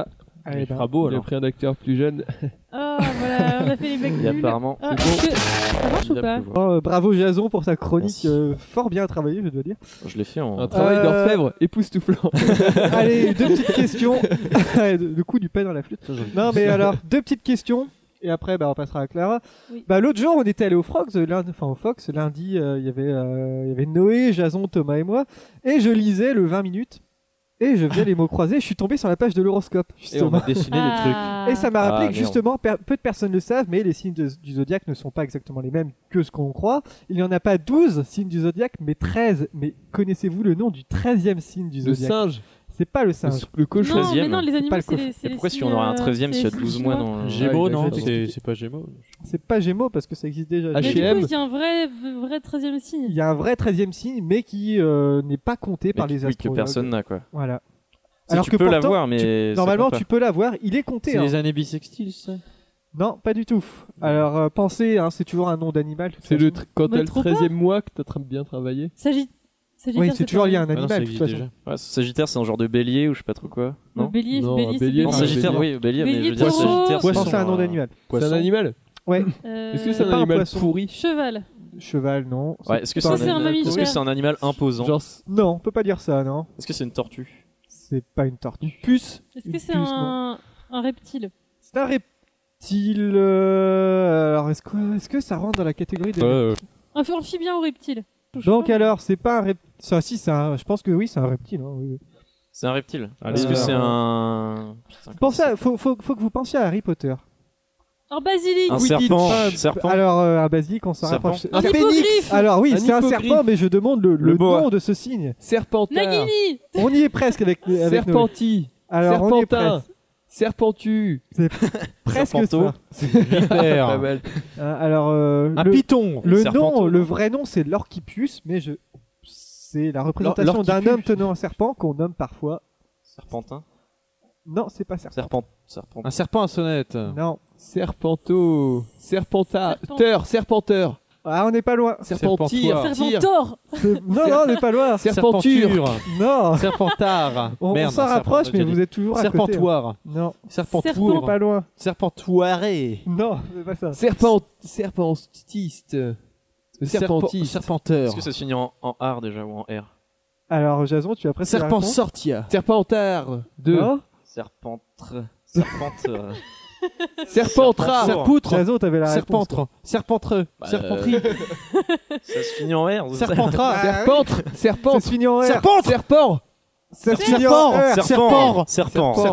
Il fera beau, il a pris un acteur plus jeune. Ah, voilà, on a fait les mecs nuls. Et apparemment, c'est bon. Ça marche ou pas? Bravo Jason pour sa chronique, fort bien travaillée, je dois dire. Je l'ai fait en... Un travail d'orfèvre époustouflant. Allez, 2 petites questions. Le coup du pain dans la flûte. Non, mais alors, 2 petites questions. Et après, on passera à Clara. Oui. L'autre jour, on était allé au Fox. Lundi, il y avait Noé, Jason, Thomas et moi. Et je lisais le 20 minutes. Et je faisais les mots croisés, je suis tombé sur la page de l'horoscope. Justement. Et on a dessiné des trucs. Et ça m'a rappelé que justement, peu de personnes le savent, mais les signes du zodiaque ne sont pas exactement les mêmes que ce qu'on croit. Il n'y en a pas 12 signes du zodiaque, mais 13. Mais connaissez-vous le nom du 13e signe du zodiaque? Le singe. C'est pas le singe. Le cochon. Non, mais non, les animaux, c'est pourquoi si on aurait un 13e s'il y a 12 mois dans... Gémeaux, non, c'est pas Gémeaux. C'est pas Gémeaux parce que ça existe déjà. Mais du coup, il y a un vrai 13e signe. Il y a un vrai 13e signe, mais qui n'est pas compté par les astrologues. Que personne n'a, quoi. Voilà. Alors tu peux l'avoir, mais normalement tu peux l'avoir, il est compté. C'est les années bissextiles, ça? Non, pas du tout. Alors pensez, c'est toujours un nom d'animal. C'est quand t'as le 13e mois que t'as bien travaillé. Sagittaire. Oui, c'est toujours lié à un animal. De toute façon. Sagittaire, c'est un genre de bélier ou je sais pas trop quoi. Non. Bélier. Sagittaire, oui, bélier, mais je veux dire Sagittaire. C'est un nom d'animal. C'est un animal. Ouais. Est-ce que c'est un animal pourri? Cheval, non. Ouais, est-ce que c'est un mammifère? Est-ce que c'est un animal imposant? Non, on peut pas dire ça, non. Est-ce que c'est une tortue? C'est pas une tortue. Une puce. Est-ce que c'est un reptile? C'est un reptile. Alors, est-ce que ça rentre dans la catégorie des... Un amphibien ou reptile? Donc alors, c'est pas un reptile. Je pense que oui, c'est un reptile. Hein, oui. C'est un reptile. Est-ce que c'est un... Faut que vous pensiez à Harry Potter. Un basilic. Un serpent. Alors, un basilic, on s'en rapproche. Un hippogriffe. Alors oui, c'est un serpent, mais je demande le nom de ce signe. Serpentard. Nagini. On y est presque avec Serpenti. Alors, on y est presque. Serpentu. C'est presque ça. Vipère. Alors, un python. Le vrai nom, c'est l'Orchipus, mais c'est la représentation d'un homme tenant un serpent qu'on nomme parfois... Serpentin. Non, c'est pas serpent. Un serpent à sonnette. Non. Serpenteur. Serpenteur. Ah, on n'est pas loin. Serpentir. Serpentor. Non, on n'est pas loin. Serpenture. Non. Serpentard. On s'en rapproche, mais vous êtes toujours à côté. Serpentoir. Non. Serpentour. On n'est pas loin. Serpentoiré. Non, c'est pas ça. Serpentiste. Serpenteur. Est-ce que ça se finit en R déjà ou en R? Alors, Jason, tu as presque Serpent sortia. Serpentard. Serpentre. Serpentra. Serpoutre. Jason, t'avais la réponse. Serpentreux. Serpenterie. Ça se finit en R. Serpentra. Serpentre. Ça se finit en R. Serpent. Ça se finit en R. Serpent. Ça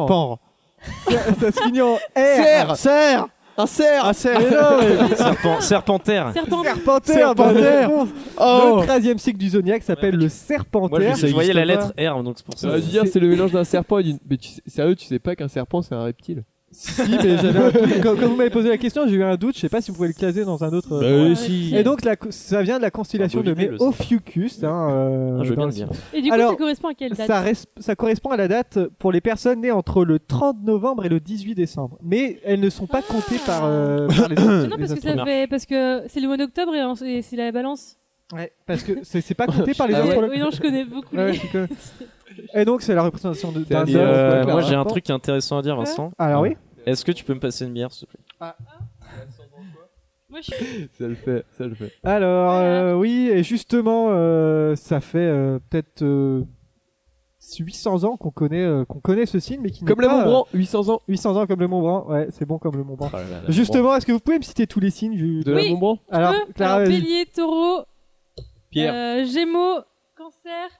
se finit en R. Serre. Un cerf. Serpentaire. Serpentaire. Le 13e cycle du zodiaque s'appelle le serpentaire. Moi, je voyais la lettre R, donc c'est pour ça. Ça veut dire c'est le mélange d'un serpent et d'une... Mais sérieux, tu sais pas qu'un serpent c'est un reptile? Si, mais quand vous m'avez posé la question, j'ai eu un doute. Je sais pas si vous pouvez le caser dans un autre. Si. Et donc ça vient de la constellation de Ophiuchus. Je veux bien. Et du coup, ça correspond à quelle date? Ça correspond à la date pour les personnes nées entre le 30 novembre et le 18 décembre. Mais elles ne sont pas comptées par les autres. Non, parce que c'est le mois d'octobre et c'est la balance. Ouais, parce que c'est pas compté par les autres. Oui, non, je connais beaucoup. Et donc c'est la représentation d'un homme. Moi j'ai un truc intéressant à dire, Vincent. Alors oui. Est-ce que tu peux me passer une bière, s'il te plaît? Moi, Ça le fait. Alors oui, et justement ça fait peut-être 800 ans qu'on connaît ce signe, mais qui comme le Mont Blanc. 800 ans comme le Mont Blanc. Ouais, c'est bon comme le Mont Blanc. Justement, est-ce que vous pouvez me citer tous les signes de la Mont Blanc? Alors, Clara, Bélier, Taureau, Pierre, Gémeaux, Cancer,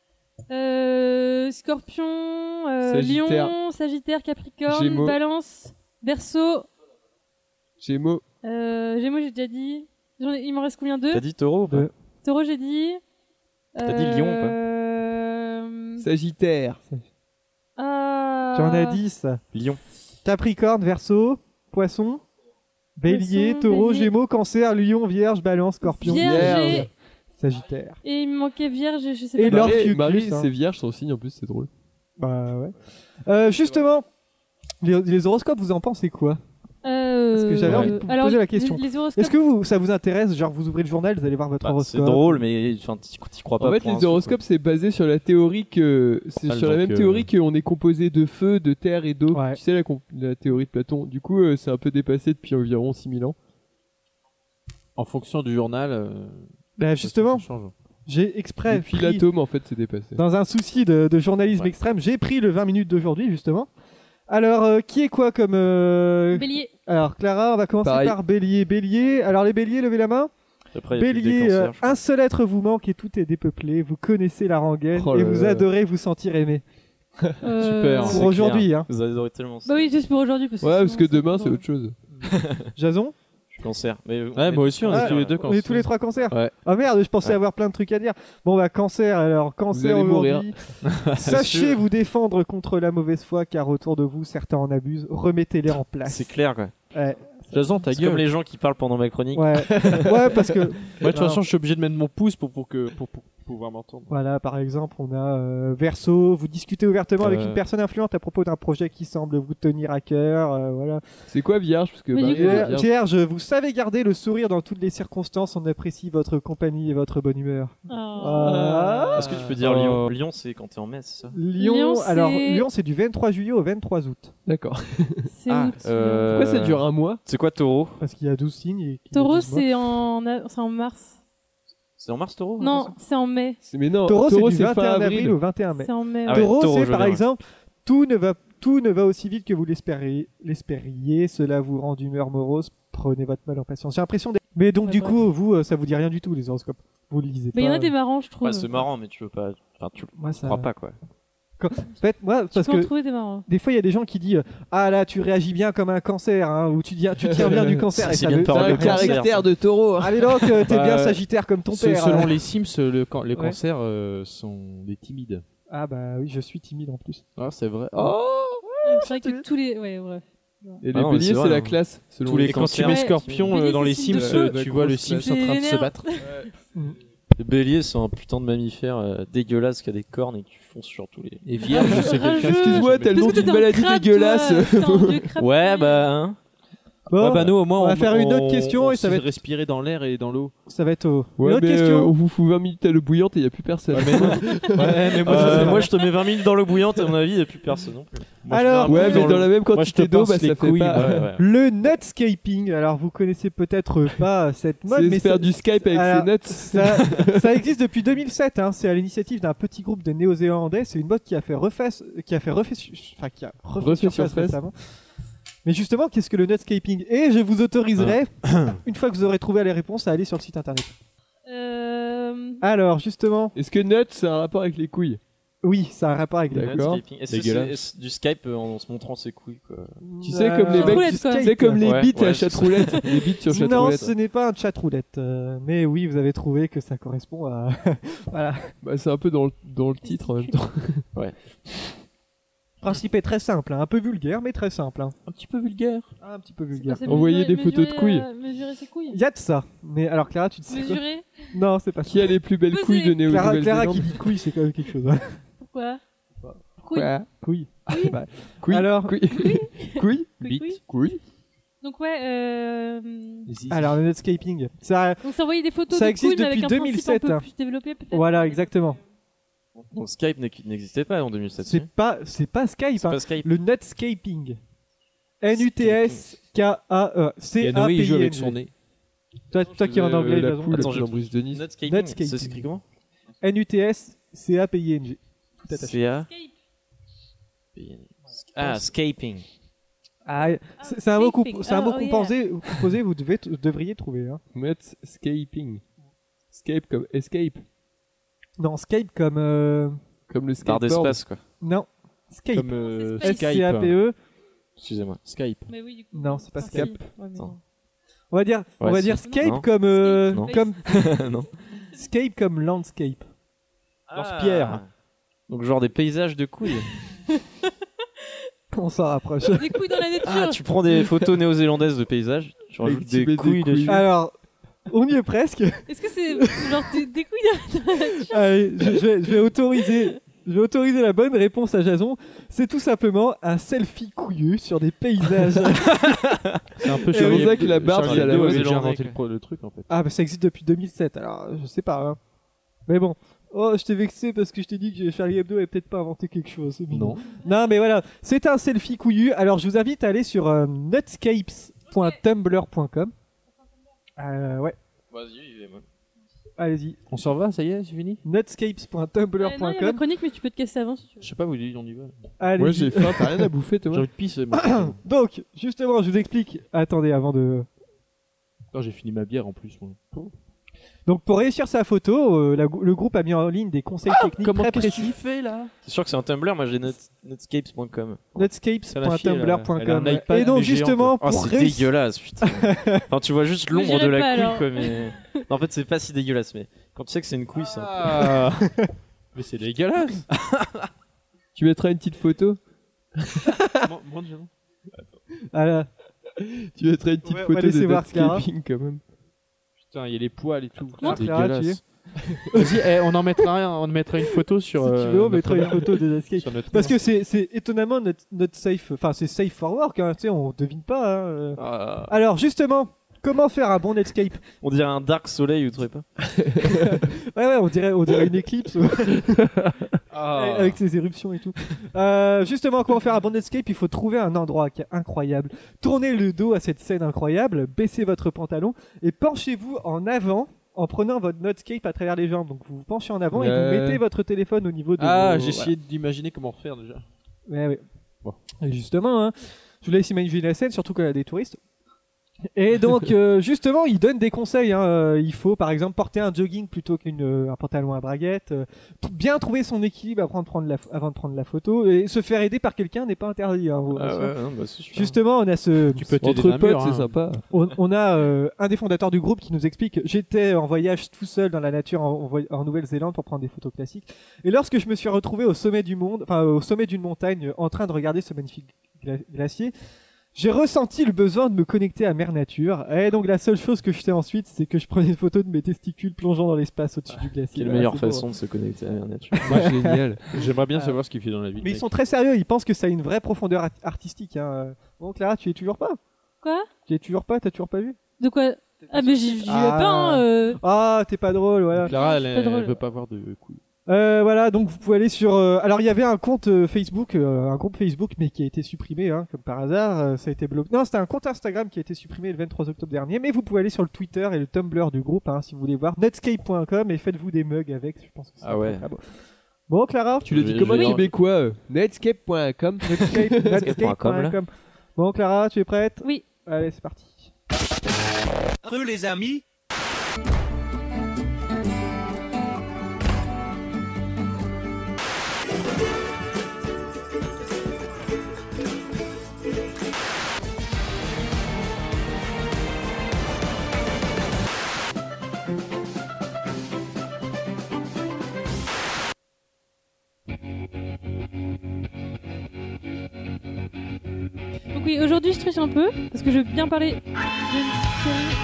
Scorpion, Lion, Sagittaire, Capricorne, Gémeaux. Balance, Verseau. Gémeaux. Gémeaux, j'ai déjà dit. Il m'en reste combien? 2? T'as dit Taureau ou pas? Taureau, j'ai dit. T'as dit Lion ou pas? Sagittaire. Tu en as 10. Lion. Capricorne, Verseau, Poisson. Bélier, Taureau, Gémeaux, Cancer, Lion, Vierge, Balance, Scorpion, Vierge. Sagittaire. Et il me manquait Vierge, je sais Et pas. Marie, c'est Vierge, son signe en plus, c'est drôle. Bah ouais. Justement, les horoscopes, vous en pensez quoi? Parce que j'avais envie de vous poser la question. Est-ce que ça vous intéresse? Genre, vous ouvrez le journal, vous allez voir votre horoscope. C'est drôle, mais t'y crois pas. En fait, les horoscopes, c'est basé sur la théorie la même théorie qu'on est composé de feu, de terre et d'eau. Ouais. Tu sais, la théorie de Platon. Du coup, c'est un peu dépassé depuis environ 6000 ans. En fonction du journal. Justement, j'ai exprès. Depuis l'atome, en fait, c'est dépassé. Dans un souci de journalisme extrême, j'ai pris le 20 minutes d'aujourd'hui, justement. Alors, qui est quoi comme... Bélier. Alors, Clara, on va commencer par Bélier. Bélier, alors les Béliers, levez la main. Après, Bélier, un seul être vous manque et tout est dépeuplé. Vous connaissez la rengaine et vous adorez vous sentir aimé. Super. Pour aujourd'hui. Hein. Vous adorez tellement ça. Bah oui, juste pour aujourd'hui. Parce que demain, c'est autre chose. Jason? Cancer. Mais moi aussi, on est tous les deux cancers. On est tous les trois cancers. Ouais. Ah merde, je pensais avoir plein de trucs à dire. Bon bah cancer, alors cancer aujourd'hui. Sachez vous défendre contre la mauvaise foi car autour de vous certains en abusent. Remettez-les en place. C'est clair quoi. Ouais. Jason, ta gueule. C'est comme les gens qui parlent pendant ma chronique. Ouais, parce que... Moi, de toute façon, je suis obligé de mettre mon pouce pour pouvoir m'entendre. Voilà, par exemple, on a Verseau. Vous discutez ouvertement avec une personne influente à propos d'un projet qui semble vous tenir à cœur. Voilà. C'est quoi Vierge? Parce que Vierge, vous savez garder le sourire dans toutes les circonstances. On apprécie votre compagnie et votre bonne humeur. Est-ce que tu peux dire Lyon? Lyon, c'est quand t'es en mai, c'est ça? Lyon, c'est du 23 juillet au 23 août. D'accord. C'est août. Pourquoi ça dure un mois? C'est quoi Taureau? Parce qu'il y a 12 signes. Taureau, c'est en mars. C'est en mars, Taureau? Non, c'est en mai. Taureau, c'est du 21 avril au 21 mai. C'est en mai. Taureau, c'est par exemple, tout ne va aussi vite que vous l'espériez. Cela vous rend d'humeur morose. Prenez votre mal en patience. J'ai l'impression d'être... Mais donc, du coup, vous, ça vous dit rien du tout, les horoscopes. Vous le lisez pas. Mais il y en a des marrants, je trouve. Ouais, c'est marrant, mais tu veux pas... Enfin, tu crois pas, quoi. En fait, moi, parce que des fois il y a des gens qui disent ah là tu réagis bien comme un cancer hein, ou tu tiens bien du cancer et ça veut un caractère de taureau hein. Allez donc t'es bien sagittaire comme ton père. Selon les Sims les cancers sont des timides. Ah bah oui je suis timide en plus. Ah c'est vrai. C'est vrai que tous les bref. Et les béliers c'est la classe selon tous les quand tu mets Scorpion dans les Sims tu vois le Sims en train de se battre. Le bélier, c'est un putain de mammifère dégueulasse qui a des cornes et qui fonce sur tous les. Et vierge, c'est quelqu'un. Excuse-moi, t'as le nom d'une maladie dégueulasse. Ouais, bah. Hein. Bon, bah nous au moins on va faire une autre question et ça va être respirer dans l'air et dans l'eau. Ça va être une autre question. On vous fout 20 minutes à l'eau bouillante et il y a plus personne. Mais moi je te mets 20 minutes dans l'eau bouillante et à mon avis il y a plus personne non plus. Moi, alors mais dans la même quantité d'eau ça fait pas. Le nutscaping. Alors vous connaissez peut-être pas cette mode mais faire du Skype avec ses nuts. Ça existe depuis 2007 hein. C'est à l'initiative d'un petit groupe de Néo-Zélandais, c'est une mode qui a refait surface récemment. Mais justement, qu'est-ce que le nutscaping? Et je vous autoriserai, une fois que vous aurez trouvé les réponses, à aller sur le site internet. Alors, justement... Est-ce que nut, c'est un rapport avec les couilles? Oui, ça a un rapport avec les couilles. D'accord. Est-ce du Skype en se montrant ses couilles quoi. Tu sais, comme les mecs, tu sais, comme les bits à chatroulette. Les bits sur chatroulette. Non, ce n'est pas un chatroulette. Mais oui, vous avez trouvé que ça correspond à... Voilà. Bah, c'est un peu dans le titre en même temps. Ouais. Le principe est très simple, hein. Un peu vulgaire, mais très simple. Hein. Un petit peu vulgaire. Un petit peu vulgaire. Envoyer des photos de couilles. Mesurer ses couilles. Il y a de ça. Mais alors Clara, tu te sais mesurer quoi? Non, c'est pas ça. Qui a les plus belles couilles de Néo-Nouvelle-Zélande? Clara qui dit couilles, c'est quand même quelque chose. Hein. Pourquoi? Couilles. Couilles. Alors, couilles. Bite. Couilles. Donc ouais. Alors le nutscaping. Donc ça envoyait des photos. Ça de existe couilles, depuis mais avec 2007. Un peu plus développé peut-être. Voilà, exactement. Donc Skype n'existait pas en 2007. C'est pas Skype. Pas Skype. Le nutscaping. N-U-T-S-K-A-E. C-A-P-I-N-G. Il joue avec son nez. Toi qui es en anglais, la poule de Brice de Nice. Nutscaping. Ça s'écrit comment? N-U-T-S-C-A-P-I-N-G. Tout attaché. Scaping. C'est un mot composé, vous devriez trouver. Hein. Nutscaping. Scape comme escape. Non, Skype comme le skateboard. Barre d'espace quoi. Non, Skype. Comme S-C-A-P-E. Excusez-moi. Skype. Mais oui, du coup. Non, c'est pas Skype. Ouais, on va dire Skype comme non. Skype comme landscape. Lance-pierre. Donc genre des paysages de couilles. On s'en rapproche. Des couilles dans la nature. Ah, tu prends des photos néo-zélandaises de paysages, Tu rajoutes des couilles dessus. Alors, on y est presque. Est-ce que c'est genre des couilles dans la nature? Allez, je vais autoriser la bonne réponse à Jason. C'est tout simplement un selfie couilleux sur des paysages. C'est un peu C'est pour ça que la barbe, Charlie c'est à la Hebdo mode. avait déjà inventé le truc en fait. Ah, bah ça existe depuis 2007, alors je sais pas. Hein. Mais bon. Oh, je t'ai vexé parce que je t'ai dit que Charlie Hebdo avait peut-être pas inventé quelque chose. C'est mignon. Non, mais voilà. C'est un selfie couillu. Alors, je vous invite à aller sur nutscapes.tumblr.com. Ouais. Vas-y, moi. Allez-y. On s'en va, ça y est, c'est fini. Nutscapes.tumblr.com. Non, il y a la chronique, mais tu peux te casser avant si tu veux. Je sais pas, vous dites, on y va. Allez. Moi j'ai faim, t'as rien à bouffer, J'ai Thomas. envie de pisser, moi. Donc, justement, je vous explique. Attendez, avant de. Non, j'ai fini ma bière en plus, moi. Donc, pour réussir sa photo, le groupe a mis en ligne des conseils techniques très précis. fais là? C'est sûr que c'est un Tumblr, moi j'ai nutscapes.com. Nutscapes.tumblr.com. iPad, Et donc, mais géant, justement, Oh, pour c'est réussir. dégueulasse, putain. Enfin, tu vois juste l'ombre j'irai de la pas, couille, alors. quoi, mais. Non, en fait, c'est pas si dégueulasse, mais quand tu sais que c'est une couille, c'est un peu. Ah. Mais c'est dégueulasse. Tu mettras une petite photo. Voilà. Tu mettras une petite On va photo laisser de voir Clara. landscaping quand même. Putain, il y a les poils et tout. Clara, C'est Clara, dégueulasse. Vas-y, on en mettra un, on mettra une photo sur. Si tu veux, on mettra une notre- photo de Netscape. sur notre Parce que c'est étonnamment notre safe. Enfin, c'est safe for work, hein, tu sais, on devine pas. Hein. Ah. Alors, justement, comment faire un bon Netscape? On dirait un Dark Soleil, vous trouvez pas? Ouais, on dirait une éclipse. Ah. Avec ses éruptions et tout. Justement, comment faire un bon Netscape? Il faut trouver un endroit qui est incroyable. Tournez le dos à cette scène incroyable, baissez votre pantalon et penchez-vous en avant en prenant votre Netscape à travers les jambes. Donc vous vous penchez en avant et vous mettez votre téléphone au niveau de Ah, vos- j'ai voilà. essayé d'imaginer comment faire déjà. Ouais. Bon. Et justement, hein, je vous laisse imaginer la scène, surtout quand il y a des touristes. Et donc, justement, il donne des conseils. Hein. Il faut, par exemple, porter un jogging plutôt qu'un pantalon à braguette. Bien trouver son équilibre avant de prendre la photo. Et se faire aider par quelqu'un n'est pas interdit. Hein, Ah ouais, non, bah c'est super. Justement, on a ce... Tu peux t'aider Entre d'un potes, mur, c'est hein. sympa. On a un des fondateurs du groupe qui nous explique: j'étais en voyage tout seul dans la nature en Nouvelle-Zélande pour prendre des photos classiques. Et lorsque je me suis retrouvé au sommet du monde, enfin au sommet d'une montagne, en train de regarder ce magnifique glacier, j'ai ressenti le besoin de me connecter à Mère Nature. Et donc la seule chose que je faisais ensuite, c'est que je prenais une photo de mes testicules plongeant dans l'espace au-dessus du glacier. Quelle Voilà, meilleure c'est beau, façon hein. de se connecter à la nature. Génial. J'aimerais bien savoir ce qu'il fait dans la vie. Mais ils sont très sérieux, ils pensent que ça a une vraie profondeur artistique. Hein. Bon, Clara, tu es toujours pas? Quoi? Tu es toujours pas? T'as toujours pas vu? De quoi? Ah, mais j'y vais pas, hein. Ah, t'es pas drôle, voilà. Clara, pas drôle. elle veut pas avoir de couilles. Voilà, donc vous pouvez aller sur. Alors il y avait un compte Facebook, un groupe Facebook, mais qui a été supprimé, hein, comme par hasard. Ça a été bloqué. Non, c'était un compte Instagram qui a été supprimé le 23 octobre dernier. Mais vous pouvez aller sur le Twitter et le Tumblr du groupe, hein, si vous voulez voir. Netscape.com et faites-vous des mugs avec. Je pense que c'est Ah ouais. très beau. Bon, Clara, Tu le dis Je- comment je- québécois Netscape.com. Netscape.com. Bon, Clara, tu es prête? Oui. Allez, c'est parti. Les amis. Donc oui, aujourd'hui je triche un peu parce que je veux bien parler d'une série.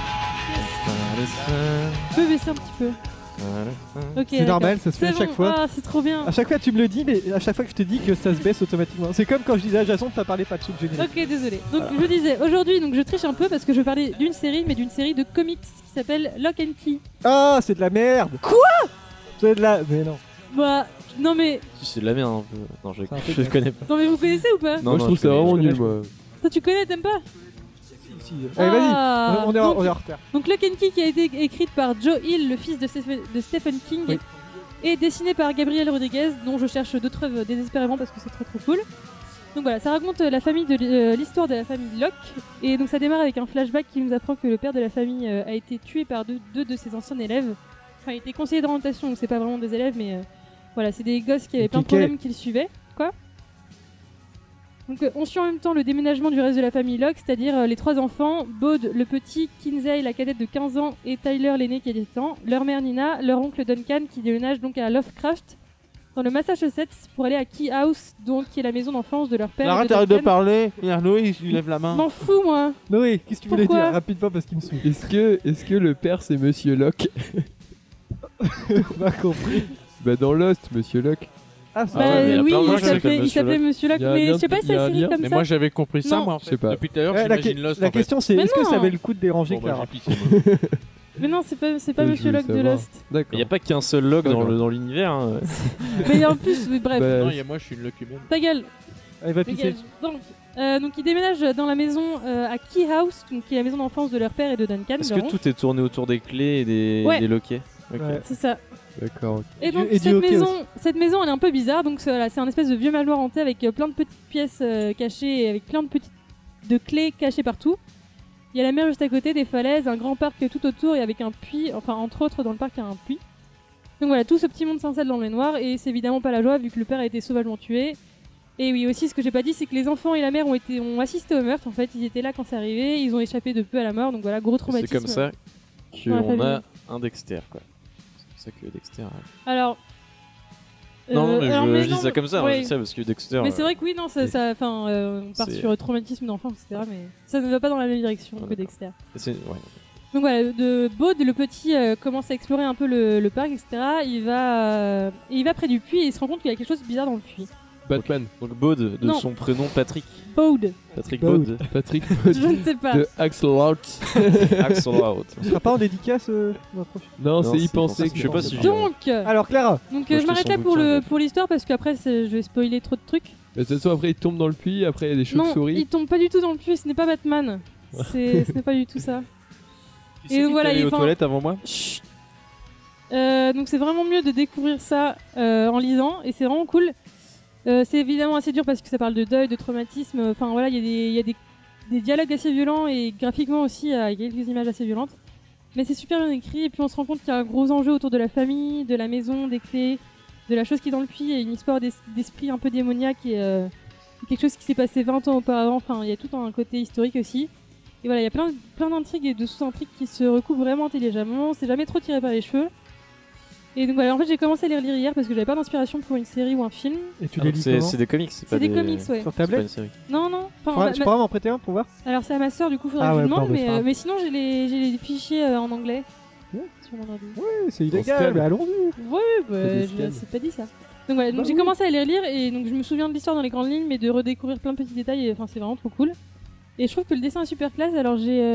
Je peux baisser un petit peu. Ok. C'est normal, d'accord. ça se fait à C'est chaque bon. fois. Ah, c'est trop bien. À chaque fois, tu me le dis, mais à chaque fois que je te dis que ça se baisse automatiquement. C'est comme quand je disais à Jason de pas parler pas de sous le générique. Ok, désolé. Donc je disais aujourd'hui, donc je triche un peu parce que je veux parler d'une série, mais d'une série de comics qui s'appelle Lock and Key. Ah, c'est de la merde. Quoi? C'est de la. Mais non. Bah, non mais, Si, c'est de la merde un peu. Non, je C'est un peu je connais pas. non mais vous connaissez ou pas? Non, Moi je trouve ça vraiment nul, moi. Toi tu connais, t'aimes pas? Si. Allez, vas-y. Ah, On est donc- en retard. Donc Lock and Key qui a été écrite par Joe Hill, le fils de Stephen King, Oui. et dessinée par Gabriel Rodriguez, dont je cherche d'autres œuvres désespérément parce que c'est très très cool. Donc voilà, ça raconte la famille l'histoire de la famille Locke, et donc ça démarre avec un flashback qui nous apprend que le père de la famille a été tué par deux de ses anciens élèves. Enfin, il était conseiller d'orientation, donc c'est pas vraiment des élèves, mais voilà, c'est des gosses qui avaient plein de Kiki. problèmes qui le suivaient. Quoi? Donc on suit en même temps le déménagement du reste de la famille Locke, c'est-à-dire les trois enfants, Bode le petit, Kinsey la cadette de 15 ans et Tyler l'aîné qui a 17 ans, leur mère Nina, leur oncle Duncan qui déménage donc à Lovecraft dans le Massachusetts pour aller à Key House, donc qui est la maison d'enfance de leur père. Arrête de parler. Regarde, Noé, il lève la main. M'en fous, moi. Noé, qu'est-ce que tu voulais Pourquoi dire rapidement parce qu'il me suit. Est-ce que le père c'est Monsieur Locke? Pas compris. Bah dans Lost, Monsieur Locke. Ah, oui, il s'appelait Monsieur Locke, mais je sais pas si c'est écrit comme ça. Mais moi j'avais compris ça, moi en fait. Je sais pas. Depuis tout à l'heure, j'imagine Lost. La question c'est est-ce que ça avait le coup de déranger Bon, Clara? Mais non, c'est pas Monsieur Locke de Lost. Il n'y a pas qu'un seul Locke dans l'univers. Hein. Mais en plus, bref. Non, moi je suis une Locke humaine. Ta gueule. Elle va pisser. Donc ils déménagent dans la maison à Key House, donc qui est la maison d'enfance de leur père et de Duncan. Est-ce que tout est tourné autour des clés et des loquets? Ouais, c'est ça. D'accord. Et donc cette maison elle est un peu bizarre, donc c'est un espèce de vieux manoir hanté avec plein de petites pièces cachées et avec plein de clés cachées partout. Il y a la mer juste à côté, des falaises, un grand parc tout autour et avec un puits, enfin entre autres dans le parc il y a un puits. Donc voilà, tout ce petit monde s'installe dans le noir et c'est évidemment pas la joie vu que le père a été sauvagement tué. Et oui, aussi ce que j'ai pas dit c'est que les enfants et la mère ont assisté au meurtre, en fait ils étaient là quand c'est arrivé, ils ont échappé de peu à la mort, donc voilà, gros traumatisme. C'est comme ça qu'on a un Dexter quoi. C'est ça que Dexter. Alors. Non, mais je dis ça comme ça, je dis ça parce que Dexter. Mais c'est vrai que oui, non, on part sur traumatisme d'enfant, etc. Mais ça ne va pas dans la même direction que Dexter. Donc voilà, Bode, le petit, commence à explorer un peu le parc, etc. Il va près du puits et il se rend compte qu'il y a quelque chose de bizarre dans le puits. Batman. Donc Bode, de son prénom Patrick. Bode. Patrick Bode. Patrick Bode. Je ne sais pas. De Axel Out. Axel Out. On sera pas en dédicace Non, c'est y penser. Je sais pas si. Donc. Alors Clara. Donc je m'arrête là pour l'histoire parce qu'après je vais spoiler trop de trucs. De toute façon après il tombe dans le puits, après il y a des chauves-souris. Non, il tombe pas du tout dans le puits. Ce n'est pas Batman. Ce n'est pas du tout ça. Et donc voilà, il est aux toilettes avant moi. Chut. Donc c'est vraiment mieux de découvrir ça en lisant et c'est vraiment cool. C'est évidemment assez dur parce que ça parle de deuil, de traumatisme. Enfin voilà, il y a des dialogues assez violents et graphiquement aussi, il y a quelques images assez violentes. Mais c'est super bien écrit et puis on se rend compte qu'il y a un gros enjeu autour de la famille, de la maison, des clés, de la chose qui est dans le puits et une histoire d'esprit un peu démoniaque et quelque chose qui s'est passé 20 ans auparavant. Enfin, il y a tout un côté historique aussi. Et voilà, il y a plein d'intrigues et de sous-intrigues qui se recoupent vraiment intelligemment. C'est jamais trop tiré par les cheveux. Et donc voilà, en fait j'ai commencé à les relire hier parce que j'avais pas d'inspiration pour une série ou un film. Et tu les lis comment ? C'est des comics, c'est pas des comics, ouais. Sur tablette ? Non. Tu pourras m'en prêter un pour voir ? Alors c'est à ma soeur, du coup faudrait que je lui demande, mais sinon j'ai les fichiers en anglais. Sur mon ordi. Ouais, c'est illégal, mais allons-y. Ouais, c'est pas dit ça. Donc voilà, donc j'ai commencé à les relire et donc je me souviens de l'histoire dans les grandes lignes, mais de redécouvrir plein de petits détails, et, enfin c'est vraiment trop cool. Et je trouve que le dessin est super classe, alors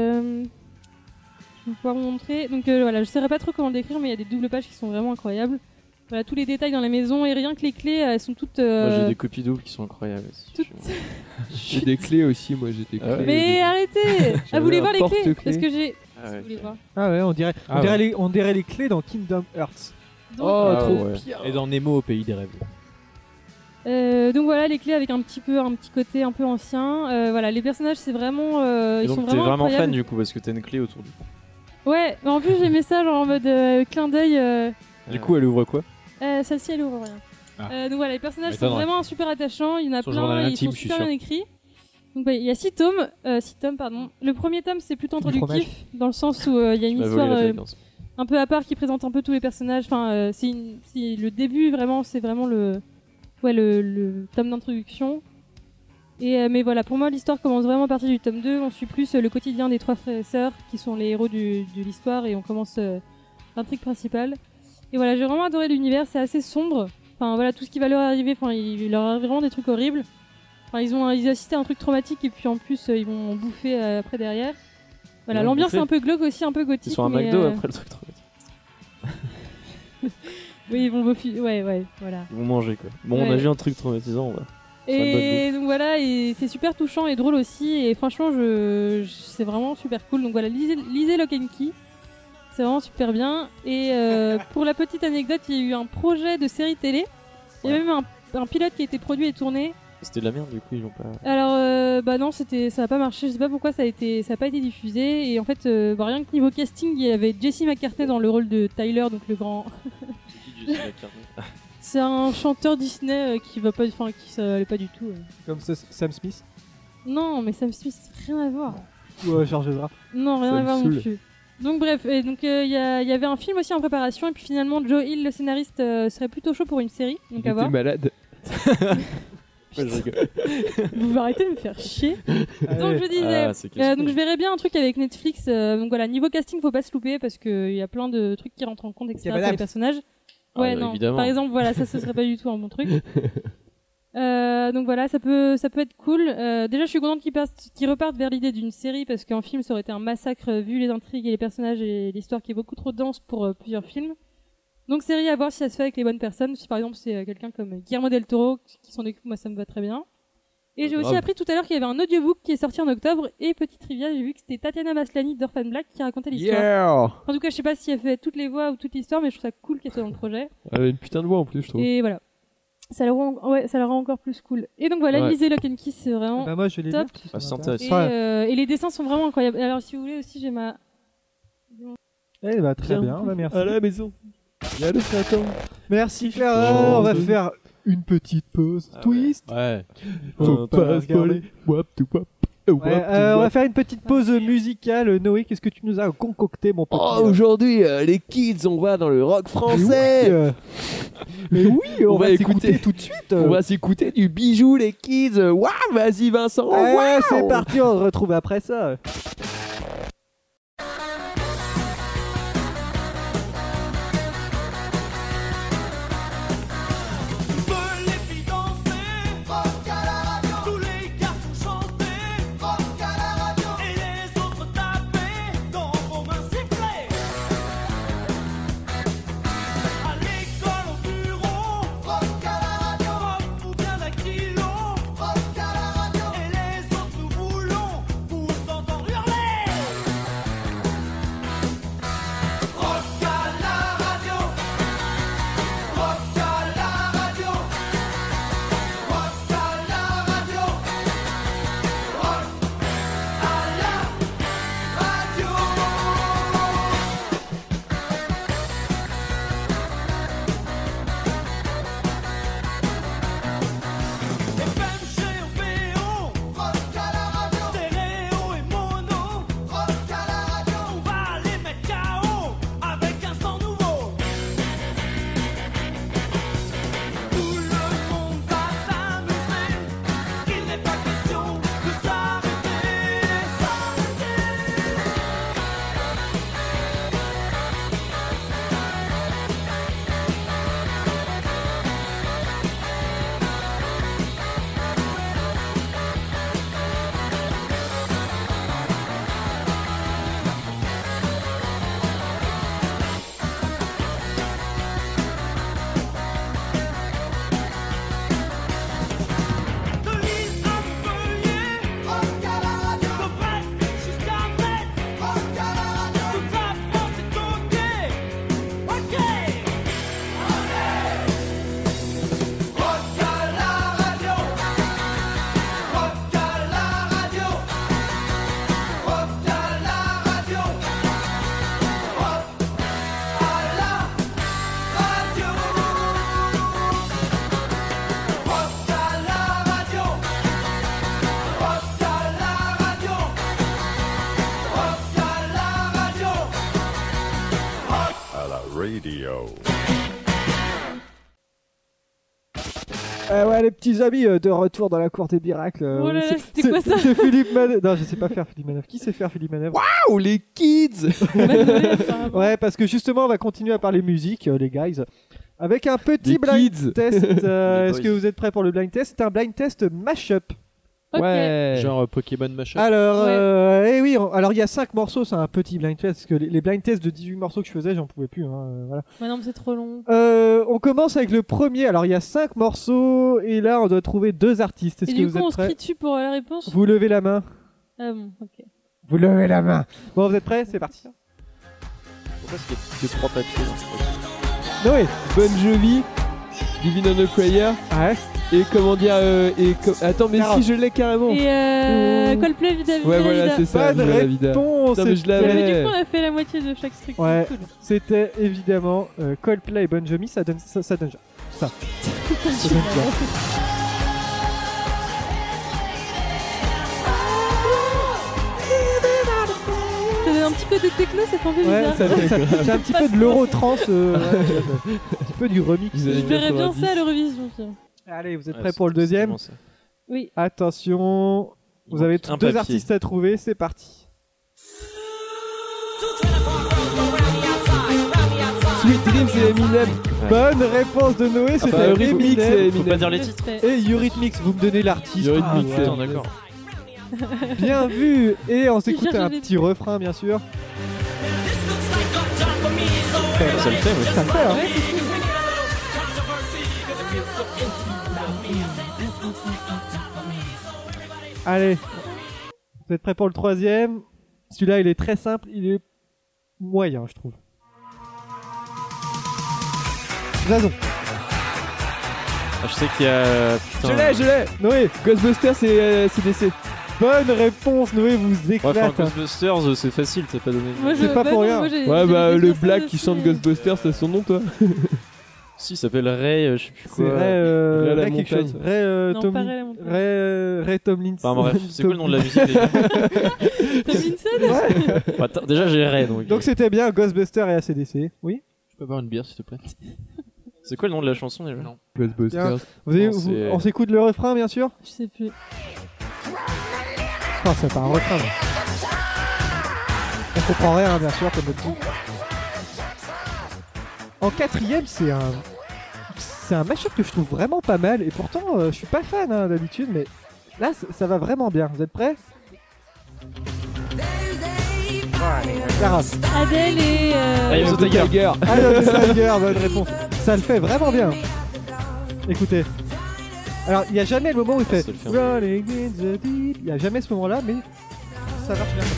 je vais pouvoir vous montrer. Donc voilà, je saurais pas trop comment le décrire, mais il y a des doubles pages qui sont vraiment incroyables. Voilà, tous les détails dans la maison et rien que les clés, elles sont toutes. Moi j'ai des copies doubles qui sont incroyables aussi. J'ai des clés aussi, moi j'ai des clés. Mais arrêtez. Ah, vous voulez voir les clés ? Parce que j'ai. Ah ouais, on dirait les clés dans Kingdom Hearts. Donc, trop pire. Et dans Nemo au pays des rêves. Donc voilà les clés avec un petit côté un peu ancien. Voilà, les personnages c'est vraiment. Ils sont donc t'es vraiment incroyables. fan du coup parce que t'as une clé autour du cou. Ouais, mais en plus j'ai mis ça genre en mode clin d'œil. Du coup elle ouvre quoi ? Celle-ci elle ouvre rien. Donc voilà, les personnages sont vraiment super attachants. Il y en a plein, ils sont super bien écrits. Donc il y a 6 tomes. 6 tomes pardon. Le premier tome c'est plutôt introductif dans le sens où il y a une histoire un peu à part qui présente un peu tous les personnages. Enfin c'est le début vraiment, c'est vraiment le tome d'introduction. Et mais voilà, pour moi l'histoire commence vraiment à partir du tome 2. On suit plus le quotidien des 3 frères et sœurs qui sont les héros de l'histoire et on commence l'intrigue principale. Et voilà, j'ai vraiment adoré l'univers, c'est assez sombre. Enfin voilà, tout ce qui va leur arriver, enfin il leur arrive vraiment des trucs horribles. Enfin ils assisté à un truc traumatique et puis en plus ils vont bouffer après derrière. Voilà, l'ambiance est un peu glauque aussi, un peu gothique. Ils sont à McDo après le truc traumatique. Oui, ils vont bouffer, ouais, voilà. Ils vont manger quoi. Bon, on a vu un truc traumatisant, voilà. Et donc voilà, et c'est super touchant et drôle aussi, et franchement, c'est vraiment super cool. Donc voilà, lisez Lock and Key, c'est vraiment super bien. Et pour la petite anecdote, il y a eu un projet de série télé. Il y a même un pilote qui a été produit et tourné. C'était de la merde, du coup, ils ont pas. Alors, bah non, ça a pas marché. Je sais pas pourquoi ça a pas été diffusé. Et en fait, rien que niveau casting, il y avait Jesse McCartney dans le rôle de Tyler, donc le grand. Jesse McCartney. C'est un chanteur Disney qui va pas, enfin qui s'allait pas du tout. Comme Sam Smith. Non, mais Sam Smith, rien à voir. Ou George Ezra. Non, rien à voir non plus. Donc bref, et donc il y avait un film aussi en préparation et puis finalement Joe Hill, le scénariste, serait plutôt chaud pour une série. Donc Il était malade. Ouais, je rigole. Vous arrêtez de me faire chier. Donc je disais, donc je verrais bien un truc avec Netflix. Donc voilà, niveau casting, faut pas se louper parce qu'il y a plein de trucs qui rentrent en compte, etc. pour les personnages. Ouais, non. Évidemment. Par exemple, voilà, ça ce serait pas du tout un bon truc. Donc voilà, ça peut être cool. Déjà, je suis contente qu'ils repartent vers l'idée d'une série parce qu'en film, ça aurait été un massacre vu les intrigues et les personnages et l'histoire qui est beaucoup trop dense pour plusieurs films. Donc série à voir si ça se fait avec les bonnes personnes. Si par exemple c'est quelqu'un comme Guillermo del Toro qui s'en occupe, moi ça me va très bien. Et j'ai aussi appris tout à l'heure qu'il y avait un audiobook qui est sorti en octobre. Et petite trivia, j'ai vu que c'était Tatiana Maslany d'Orphan Black qui racontait l'histoire. Yeah. En tout cas, je sais pas si elle fait toutes les voix ou toute l'histoire, mais je trouve ça cool qu'elle soit dans le projet. Elle a une putain de voix en plus, je trouve. Et voilà. Ça la rend encore plus cool. Et donc voilà, lisez Lock and Kiss, c'est vraiment moi, je l'ai top. Et les dessins sont vraiment incroyables. Alors si vous voulez aussi, j'ai ma... Eh bah très bien, bah, merci. À la maison. Il y a le printemps. Merci Clara, on va faire une petite pause. Twist. Ouais. Faut pas spoiler. Wap to wap. On va faire une petite pause musicale. Noé, qu'est-ce que tu nous as concocté, mon pote? Aujourd'hui, les kids, on va dans le rock français. Mais oui, on va écouter tout de suite. On va s'écouter du bijou, les kids. Waouh, vas-y Vincent. Ouais, c'est parti, on se retrouve après ça. Ouais, les petits amis, de retour dans la cour des miracles. Oh là là, c'était quoi ça? C'est Philippe Manœuvre. Non, je sais pas faire Philippe Manœuvre. Qui sait faire Philippe Manœuvre? Waouh, les kids. Ouais, parce que justement, on va continuer à parler musique, les guys. Avec un petit blind test. Est-ce que vous êtes prêts pour le blind test? C'est un blind test mashup. Okay. Ouais. Genre Pokémon mashup. Alors, oui, alors il y a 5 morceaux, c'est un petit blind test, parce que les blind tests de 18 morceaux que je faisais, j'en pouvais plus. Voilà. Ouais, non, mais c'est trop long. On commence avec le premier. Alors, il y a 5 morceaux, et là, on doit trouver 2 artistes. Est-ce que vous êtes prêts? Et du coup, on se crie dessus pour la réponse? Vous levez la main. Ah bon, ok. Vous levez la main. Bon, vous êtes prêts? C'est parti. Pourquoi est-ce qu'il y a que 3 papiers dans ce truc? Noé. Bon Jovi, Living on a Prayer. Ouais. Et comment dire attends, mais si je l'ai carrément. Et Coldplay, Vida. Ouais, voilà, c'est ça. Bonne réponse. Non, mais je l'avais. Mais du coup, on a fait la moitié de chaque truc. Ouais. Cool. C'était évidemment Coldplay et Bon Jovi. Ça donne ça. Ça donne ça. Ça donne un petit côté techno, ça fait un peu Ouais, bizarre. c'est un petit peu de l'Eurotrans, un petit peu du remix. Je verrais bien ça à l'Eurovision. Allez, vous êtes prêts pour le deuxième? Oui. Attention, vous avez deux artistes à trouver, c'est parti. Sweet Dreams et Eminem. Bonne réponse de Noé, c'était Eurythmics et Eminem. Faut pas dire les titres. Et Eurythmics, vous me donnez l'artiste. Eurythmics, D'accord. Bien vu. Et on s'écoute un petit refrain, bien sûr. Ça le fait, oui. Ça le fait, hein. Allez, vous êtes prêts pour le troisième? Celui-là, il est très simple, il est moyen, je trouve. Jason. Je sais qu'il y a. Putain. Je l'ai. Noé. Ghostbusters et CDC. Bonne réponse, Noé, vous Ouais, éclate. Ghostbusters, c'est facile, t'as pas donné. C'est pas pour rien. Ouais, bah le black qui chante Ghostbusters, c'est son nom, toi. Si, il s'appelle Ray, je sais plus quoi. C'est Ray quelque montagne. chose. Non, pas Ray la montagne. Ray Tomlinson. Enfin bref, c'est quoi le nom de la musique déjà Tomlinson. Attends, déjà j'ai Ray donc. Donc c'était bien Ghostbusters et ACDC. Oui. Je peux avoir une bière s'il te plaît? C'est quoi le nom de la chanson déjà? Non. Ghostbusters. On s'écoute le refrain, bien sûr. Je sais plus. Non, c'est pas un refrain. là. On comprend rien, bien sûr, comme d'habitude. En quatrième, c'est un mashup que je trouve vraiment pas mal. Et pourtant, je suis pas fan d'habitude, mais là, ça va vraiment bien. Vous êtes prêts? Clara. Adèle et. Eye of the Tiger. Eye of the Tiger, bonne réponse. Ça le fait vraiment bien. Écoutez. Alors, il n'y a jamais le moment où il fait Running in the deep. Il n'y a jamais ce moment-là, mais ça marche bien.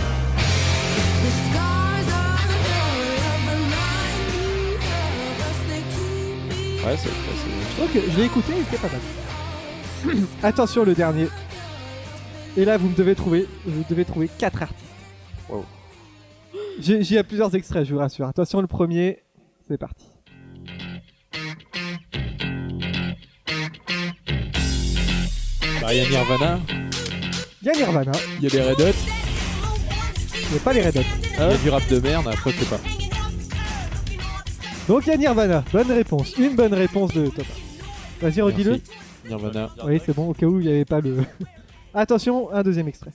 Ouais, c'est facile. Je trouve que je l'ai écouté, il était pas mal. Attention, le dernier. Et là, vous devez trouver 4 artistes. Wow. J'y ai plusieurs extraits, je vous rassure. Attention, le premier, c'est parti. Bah, il y a Nirvana. Il y a Nirvana. Il y a les Red Hot. Il n'y a pas les Red Hot. Il y a du rap de merde, après je sais pas. Donc il y a Nirvana. Bonne réponse. Une bonne réponse de Thomas. Vas-y, redis-le. Merci. Nirvana. Oui, c'est bon, au cas où il n'y avait pas le... Attention, un deuxième extrait.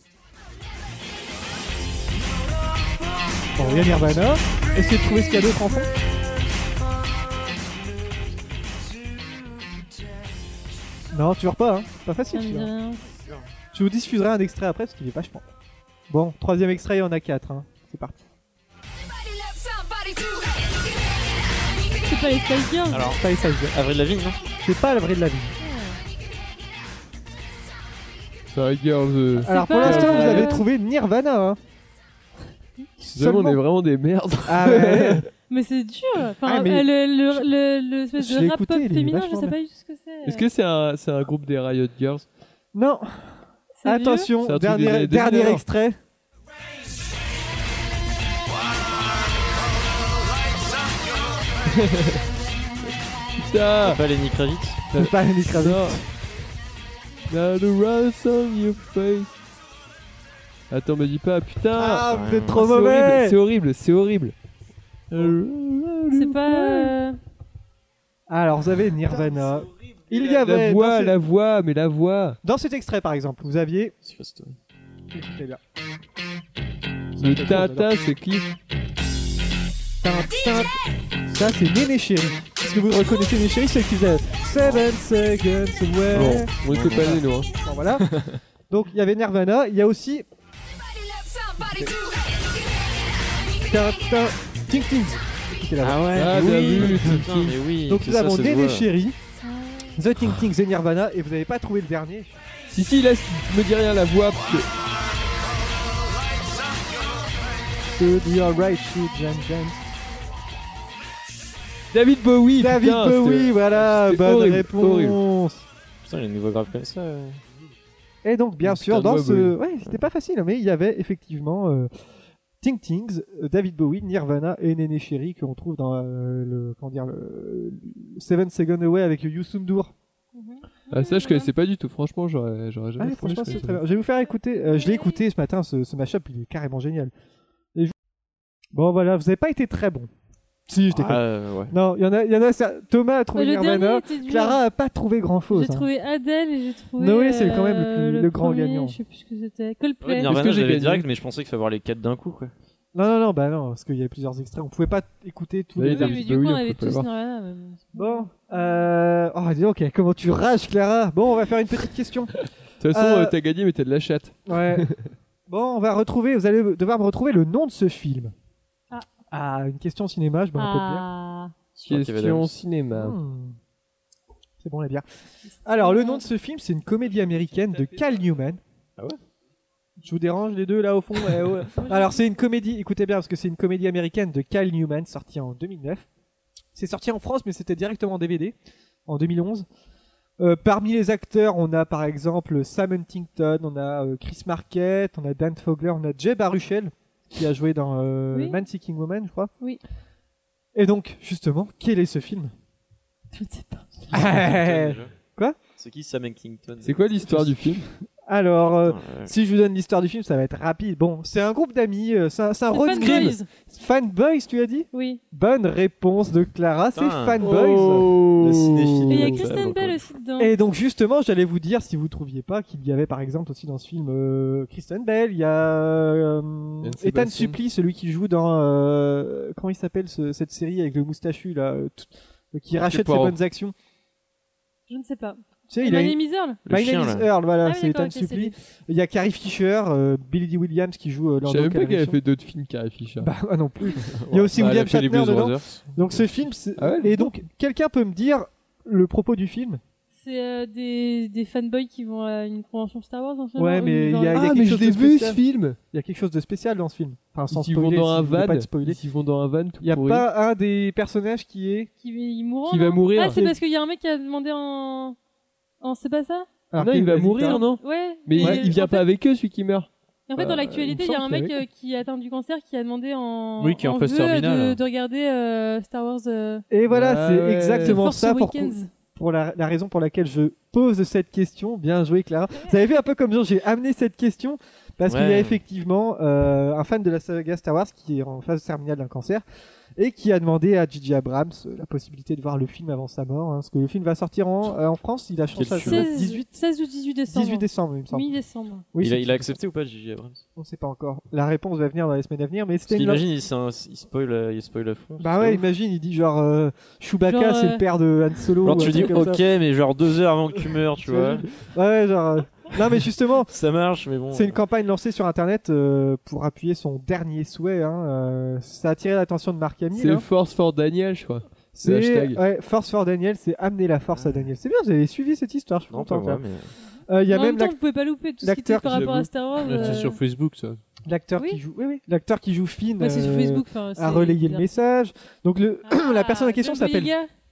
Bon, il y a Nirvana. Essayez de trouver ce qu'il y a d'autre en fond. Non, toujours pas, hein. Pas facile. Celui-là. Je vous diffuserai un extrait après parce qu'il est vachement. Bon, troisième extrait, il y en a 4. Hein. C'est parti. C'est pas les Spice Girls. Alors, pas les Spice Girls. Avril Lavigne, non? C'est pas Avril Lavigne. Ça Girls. Alors pour l'instant, vous avez trouvé Nirvana. Hein. On est vraiment des merdes. Ah ouais. Mais c'est dur. Enfin, ah, mais le espèce de rap pop féminin, je sais pas du tout ce que c'est. Est-ce que c'est un groupe des Riot Girls? Non. Attention, dernier extrait. Putain. C'est pas Lenny Kravitz? C'est pas Lenny Kravitz. Now the rose on your face. Attends, me dis pas, putain. Ah, vous êtes trop mauvais. C'est horrible, c'est horrible. C'est pas... Alors, vous avez Nirvana. Il y avait... La voix. Dans cet extrait, par exemple, vous aviez... Écoutez bien. Le tata, c'est qui? Ça, c'est Néné Chéri. Est-ce que vous reconnaissez Néné Chéri? C'est qui faisait 7 seconds away. Bon, on était pas nés, nous. Hein. Bon, voilà. Donc, il y avait Nirvana. Il y a aussi... Ting Tings. Ah ouais, ah, oui, putain, mais oui. Donc nous avons Néné Chéri, The Ting Tings et Nirvana, et vous n'avez pas trouvé le dernier. Si, laisse, me dis rien la voix, parce que... To the alright shit, David Bowie, voilà, bonne horrible, réponse. Horrible. Putain, il y a une voix grave comme ça. Et donc, bien sûr, dans ce... Ouais, c'était pas facile, mais il y avait effectivement... Ting Tings, David Bowie, Nirvana et Néné Chéri que on trouve dans le 7 Seconds Away avec Youssou N'Dour. Ah ça je connaissais pas du tout, franchement j'aurais jamais franchement c'est très bien. Je vais vous faire écouter, je l'ai écouté ce matin, ce mashup il est carrément génial. Bon, voilà, vous avez pas été très bon. Si, je déconne. Ouais. Non, il y en a. Thomas a trouvé Le Nirvana. dernier était dur. Clara a pas trouvé grand-chose. J'ai trouvé Adele et j'ai trouvé. Noé, c'est quand même le grand premier, gagnant. Je sais plus ce que c'était. Coldplay. Ouais, Nirvana, j'avais direct, mais je pensais qu'il fallait avoir les 4 d'un coup, quoi. Non, parce qu'il y avait plusieurs extraits. On pouvait pas écouter tous les. Oui, mais du coup, on avait tous Nirvana. Bon, oh, dis donc, comment tu rages, Clara. Bon, on va faire une petite question. De toute façon, t'as gagné, mais t'as de la chatte. Ouais. Bon, vous allez devoir me retrouver le nom de ce film. Ah, une question cinéma, je me rappelle bien. Question cinéma. C'est bon, la bière. Alors, le nom de ce film, c'est une comédie américaine de Cal Newman. Ah ouais? Je vous dérange les deux là au fond? Ouais. Alors, c'est une comédie, écoutez bien, parce que c'est une comédie américaine de Cal Newman, sortie en 2009. C'est sorti en France, mais c'était directement en DVD, en 2011. Parmi les acteurs, on a par exemple Sam Huntington, on a Chris Marquette, on a Dan Fogler, on a Jay Baruchel, qui a joué dans Man Seeking Woman, je crois. Oui. Et donc, justement, quel est ce film? Je ne sais pas. Quoi? C'est qui Sam Huntington? C'est quoi l'histoire du film? Alors, si je vous donne l'histoire du film, ça va être rapide. Bon, c'est un groupe d'amis, c'est un road game. Fanboys, tu as dit? Oui. Bonne réponse de Clara, c'est Fanboys. Le cinéphile. Et il y a Kristen Bell aussi dedans. Et donc justement, j'allais vous dire, si vous trouviez pas, qu'il y avait par exemple aussi dans ce film Kristen Bell, il y a Ethan Suplee, celui qui joue dans comment il s'appelle cette série avec le moustachu là, qui rachète ses bonnes actions. Je ne sais pas. Tu sais, My Name is Earl. My Name is Earl, voilà, c'est Ethan Suplee. Il y a Carrie Fisher, Billy Dee Williams qui joue Lando. Je savais pas qu'elle avait fait d'autres films, Carrie Fisher. Bah, non plus. Il y a aussi William Shatner dedans. Donc ce film, et donc quelqu'un peut me dire le propos du film? C'est des fanboys qui vont à une convention Star Wars en ce moment. Ouais, mais il y a quelque chose de spécial. Ce film. Il y a quelque chose de spécial dans ce film. Enfin, sans spoiler, ils vont dans un van tout pourri. Il y a pas un des personnages qui va mourir. Ah, c'est parce qu'il y a un mec qui a demandé en c'est pas ça? Alors non, il va mourir, non? Ouais. Mais il vient pas avec eux, celui qui meurt. Et en fait, dans l'actualité, il y a un mec qui est atteint du cancer qui a demandé qui est en phase terminale de regarder Star Wars. Et voilà, c'est exactement ça pour la raison pour laquelle je pose cette question. Bien joué, Clara. Vous avez vu un peu comme j'ai amené cette question parce qu'il y a effectivement un fan de la saga Star Wars qui est en phase terminale d'un cancer et qui a demandé à J.J. Abrams la possibilité de voir le film avant sa mort, parce que le film va sortir en France, il a changé 16 ou 18 décembre. 18 décembre, il me semble. Mi-décembre. Oui, il a accepté ou pas, J.J. Abrams? On ne sait pas encore. La réponse va venir dans les semaines à venir, mais c'était imagine, il spoil à fond. Bah ouais, imagine, il dit genre Chewbacca, c'est le père de Han Solo. Genre tu dis ok, mais genre 2 heures avant que tu meurs, tu vois. Ouais, genre... Non mais justement, ça marche, mais bon. C'est une campagne lancée sur internet pour appuyer son dernier souhait. Ça a attiré l'attention de Mark Hamill. C'est Force for Daniel, je crois. C'est hashtag. Ouais, Force for Daniel, c'est amener la force à Daniel. C'est bien, vous avez suivi cette histoire, je suis content. Il y a même vous pouvez pas louper tout ce qui était par rapport à Star Wars. C'est sur Facebook, ça. L'acteur qui joue, l'acteur qui joue Finn c'est sur Facebook, a relayé le message. Donc la personne en question s'appelle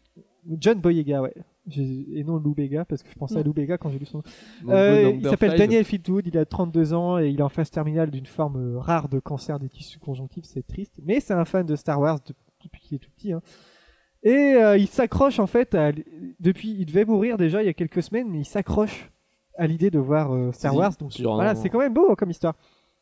John Boyega, ouais. Et non Lou Bega, parce que je pensais à Lou Bega quand j'ai lu son nom. Il s'appelle Daniel Fleetwood, il a 32 ans et il est en phase terminale d'une forme rare de cancer des tissus conjonctifs, c'est triste. Mais c'est un fan de Star Wars depuis qu'il est tout petit. Et il s'accroche en fait, il devait mourir déjà il y a quelques semaines, mais il s'accroche à l'idée de voir Star Wars. Donc voilà, c'est quand même beau comme histoire.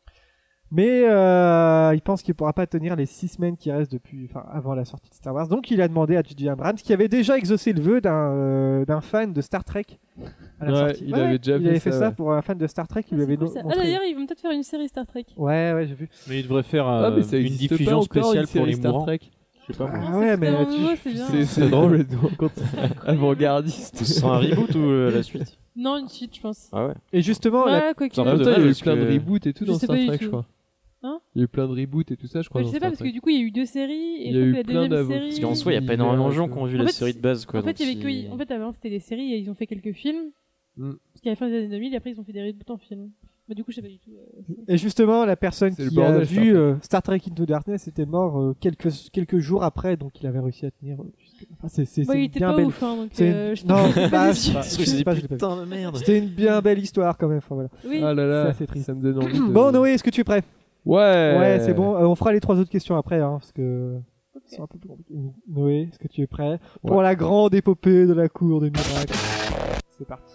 Mais il pense qu'il pourra pas tenir les 6 semaines qui restent avant la sortie de Star Wars. Donc il a demandé à J.J. Abrams, qui avait déjà exaucé le vœu d'un fan de Star Trek à la sortie. Il avait fait ça pour un fan de Star Trek. D'ailleurs, ils vont peut-être faire une série Star Trek. Ouais, j'ai vu. Mais il devrait faire une diffusion spéciale pour les mourants. Je sais pas. Ah ouais, mais c'est drôle, avant-gardiste. Ce sera un reboot ou la suite? Non, une suite, je pense. Ah ouais. Et justement, il y a eu plein de reboots et tout dans Star Trek, je crois. Il y a eu plein de reboots et tout ça, je crois. Je sais pas, parce que du coup, il y a eu 2 séries. Et il y a eu la plein deuxième série. Parce qu'en soi, il n'y a pas énormément de gens qui ont vu la série de base, quoi. En fait, avant, c'était des séries et ils ont fait quelques films. Parce qu'à la fin des années 2000, après, ils ont fait des reboots en film. Bah, du coup, je sais pas du tout. Et justement, la personne qui a vu Star Trek Into Darkness était mort quelques jours après, donc il avait réussi à tenir. Il était pas ouf, donc. Non, putain de merde. C'était une bien belle histoire quand même. Voilà. Oui. Ah là là, c'est assez triste. Ça me donne envie. Bon, Noé, est-ce que tu es prêt? Ouais, c'est bon. On fera les 3 autres questions après, parce que c'est un peu plus compliqué. Noé, est-ce que tu es prêt pour la grande épopée de la cour des miracles? C'est parti.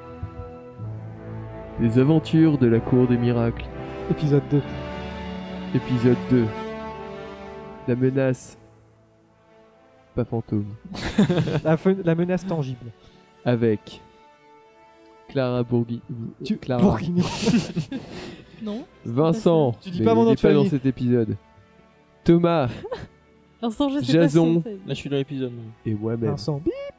Les aventures de la cour des miracles. Épisode 2. Épisode 2. La menace. Pas fantôme. La menace tangible. Avec Clara Bourguignon. Bourguignon. Non. Vincent. Tu dis mais pas mon il nom est de pas dans famille. cet épisode. Thomas. Vincent, je sais Jason. pas. Là, je suis dans l'épisode. Et moi-même. Vincent.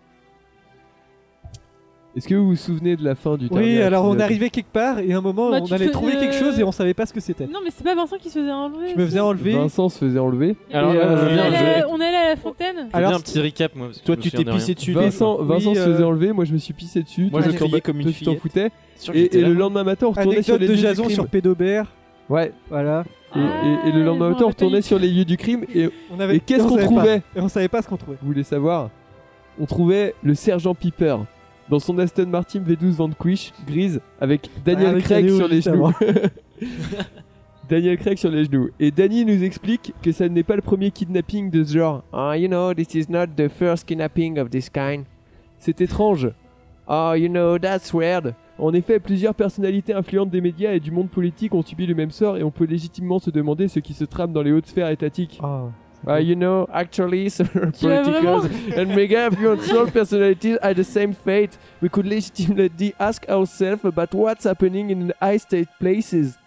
Est-ce que vous vous souvenez de la fin du dernier Oui, alors on épisode arrivait quelque part et à un moment Bah, on tu allait fais- trouver quelque chose et on savait pas ce que c'était. Non, mais c'est pas Vincent qui se faisait enlever. Je me faisais enlever. Vincent se faisait enlever. Alors, Et, je veux bien, On est allé à la fontaine. je veux Alors, bien un petit recap, moi. Parce que Toi, je me tu souviens t'es de pissé rien. dessus. Vincent Oui, se faisait enlever, moi je me suis pissé dessus. Moi, je toi, criais comme une toi, tu t'en fillette. foutais. Sûr que Et j'étais là, le moi. lendemain matin, on retournait sur Anecdote les de lieux Jason du crime. sur Pédobert. Ouais. Voilà. Et le lendemain matin, on retournait sur les lieux du crime. Et On qu'est-ce on qu'on savait trouvait pas. Et on savait pas ce qu'on trouvait. Vous voulez savoir? On trouvait le sergent Piper dans son Aston Martin V12 Vanquish grise avec Daniel Avec Craig Canéo, sur les juste genoux. avant. Daniel Craig sur les genoux. Et Danny nous explique que ça n'est pas le premier kidnapping de ce genre. You know, this is not the first kidnapping of this kind. C'est étrange. You know, that's weird. En effet, plusieurs personnalités influentes des médias et du monde politique ont subi le même sort et on peut légitimement se demander ce qui se trame dans les hautes sphères étatiques. You know, actually, some Tu vas vraiment politicals and mega influential personalities had the same fate. We could legitimately ask ourselves about what's happening in high state places.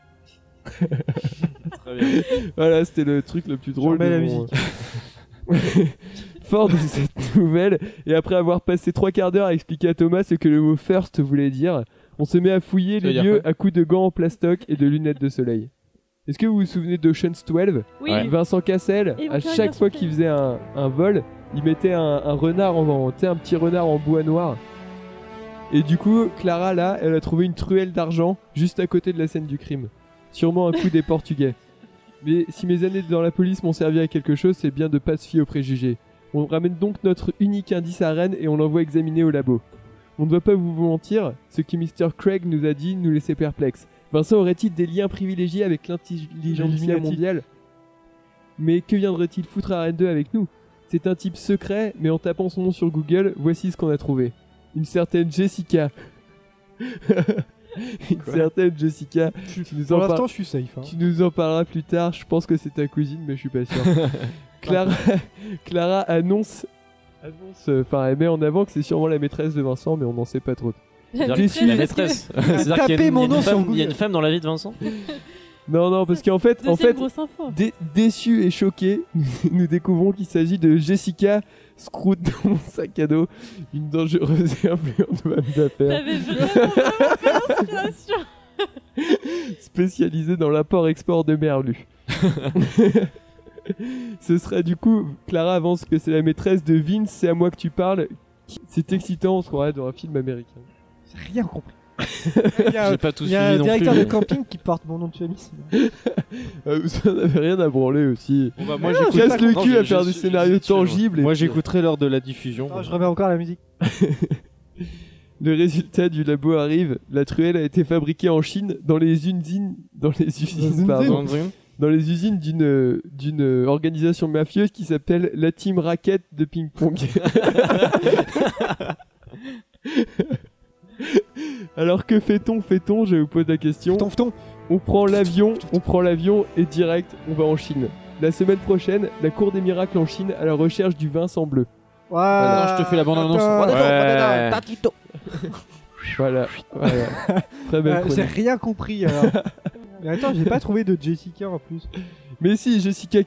Très bien. Voilà, c'était le truc le plus drôle. remets de la mon- Fort de cette nouvelle, et après avoir passé 3 quarts d'heure à expliquer à Thomas ce que le mot first voulait dire, on se met à fouiller Ça les veut dire lieux quoi à coups de gants en plastoc et de lunettes de soleil. Est-ce que vous vous souvenez d'Ocean's 12? Oui. Ouais. Vincent Cassel, Et à aucun chaque garçon fois qui- qu'il faisait un vol, il mettait un renard tu sais, un petit renard en bois noir. Et du coup, Clara là, elle a trouvé une truelle d'argent juste à côté de la scène du crime. Sûrement un coup des Portugais. Mais si mes années dans la police m'ont servi à quelque chose, c'est bien de pas se fier aux préjugés. On ramène donc notre unique indice à Rennes et on l'envoie examiner au labo. On ne doit pas vous mentir, ce que Mr. Craig nous a dit nous laissait perplexes. Vincent aurait-il des liens privilégiés avec l'intelligence Illuminati. mondiale? Mais que viendrait-il foutre à Rennes 2 avec nous? C'est un type secret, mais en tapant son nom sur Google, voici ce qu'on a trouvé. Une certaine Jessica. Une certaine Jessica. Tu nous Pour en l'instant, par- je suis safe. Hein. tu nous en parleras plus tard, je pense que c'est ta cousine, mais je suis pas sûr. Clara annonce, elle met en avant que c'est sûrement la maîtresse de Vincent, mais on n'en sait pas trop. C'est-à-dire Déçu. La maîtresse. C'est-à-dire qu'il y a Tapez une- mon il y a nom une sur femme- Google. Il y a une femme dans la vie de Vincent. Non, parce qu'en fait, Deuxième grosse info. déçu et choqué, nous découvrons qu'il s'agit de Jessica Scroot dans mon sac à dos, une dangereuse et influente femme d'affaires T'avais vraiment l'inspiration. spécialisée dans l'import-export de merlu. Ce serait du coup, Clara avance que c'est la maîtresse de Vince, c'est à moi que tu parles. C'est excitant, on se croirait dans un film américain. J'ai rien compris. Il y a, J'ai pas tout il y a suivi un non directeur plus. de camping qui porte mon nom de famille. Ça n'avait rien à branler aussi. Bon, bah, moi, Ah, j'écoute- Casse le non, cul je- à je faire des suis- scénarios je suis sûr. tangibles. et Moi, puis- j'écouterai lors de la diffusion. Non, je remets encore la musique. Le résultat du labo arrive. La truelle a été fabriquée en Chine dans les usines d'une organisation mafieuse qui s'appelle la Team Racket de ping-pong. Alors que fait-on, je vous pose la question. On prend l'avion et direct, on va en Chine. La semaine prochaine, la cour des miracles en Chine à la recherche du Vincent bleu. Attends, je te fais la bande-annonce. Voilà. Très belle J'ai chronique. rien compris alors. Mais attends, j'ai pas trouvé de Jessica en plus. Mais si, Jessica.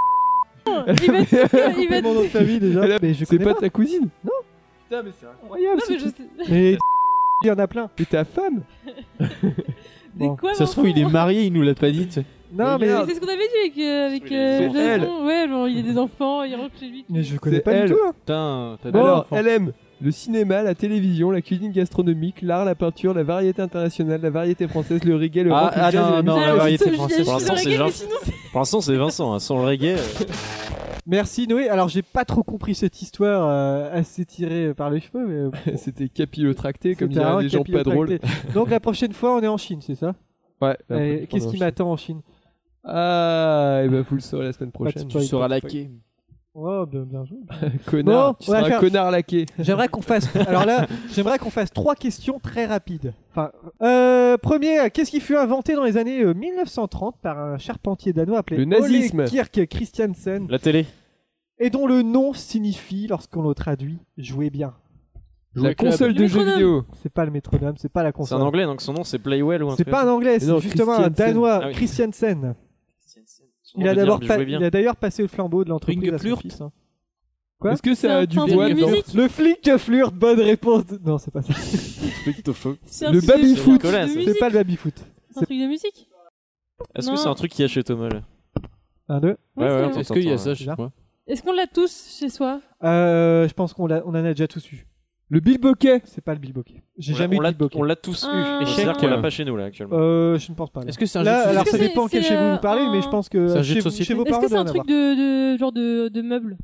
Il va Mon nom de famille déjà. Mais je C'est connais pas pas. ta cousine? Non. Putain, mais c'est incroyable. Non, mais ce je truc. sais. Mais il y en a plein. Et ta femme? Mais quoi, Ça se trouve, il est marié, il nous l'a pas dit. tu sais. Non, mais, Mais c'est ce qu'on avait dit avec Elle. Jason. Ouais, genre il a des enfants, il rentre chez lui. mais je connais C'est pas elle. du tout. Hein. Putain, t'as des Alors, enfants. elle aime le cinéma, la télévision, la cuisine gastronomique, l'art, la peinture, la variété internationale, la variété française, le reggae, le rock, le jazz et la non, musique. la variété je- française. je- Pour l'instant, le c'est reggae, mais Vincent. Pour l'instant, c'est Vincent. Hein. Sans le reggae. Merci Noé. Alors j'ai pas trop compris cette histoire assez tirée par les cheveux. Mais C'était capillotracté, comme c'était diraient un les gens pas drôles. capillotracté. Donc la prochaine fois on est en Chine, c'est ça? Ouais. Et qu'est-ce qui m'attend en Chine? Ah, et bah vous le saurez la semaine prochaine. spoil. Tu seras laqué. Oh, bien joué. Connard, Bon, tu seras un connard laqué. J'aimerais qu'on fasse. Alors là, j'aimerais qu'on fasse 3 questions très rapides. Enfin, premier, qu'est-ce qui fut inventé dans les années 1930 par un charpentier danois appelé Le nazisme. Ole Kirk Christiansen La télé. et dont le nom signifie, lorsqu'on le traduit, jouer bien. La console de jeux vidéo. C'est pas le métronome, c'est pas la C'est console. un anglais, donc son nom c'est Playwell ou un C'est truc. pas un anglais, non, c'est justement un Christiansen. danois, Ah oui. Christiansen. Son Il nom a veut dire d'abord jouer bien. il a d'ailleurs passé le flambeau de l'entreprise à son Ringeflurt. fils. Hein. Quoi Est-ce que C'est ça un a du truc bois de dedans musique. Le flic de flirte, bonne réponse. Non, c'est pas ça. C'est un Le truc de- baby-foot. Nicolas, de ça. musique. C'est pas le baby-foot. C'est un truc de musique. Est-ce que Non. c'est un truc qu'il y a chez Tomol? 1, 2. Ouais, c'est on vrai. Est-ce qu'il y a t'entend, ça ouais. chez moi? Est-ce qu'on l'a tous chez soi? Je pense qu'on en a déjà tous eu. Le bilboquet. C'est pas le bilboquet. J'ai On jamais eu l'a- de bilboquet. On l'a tous Ah. eu. Échec, C'est-à-dire qu'on l'a pas chez nous là actuellement. Je ne pense pas. là. Est-ce que c'est un Là, jeu de alors ça société dépend quel C'est, chez vous vous parlez, mais je pense que C'est un jeu de chez, société chez vos Est-ce parents, que c'est il un doit en truc de genre de meuble?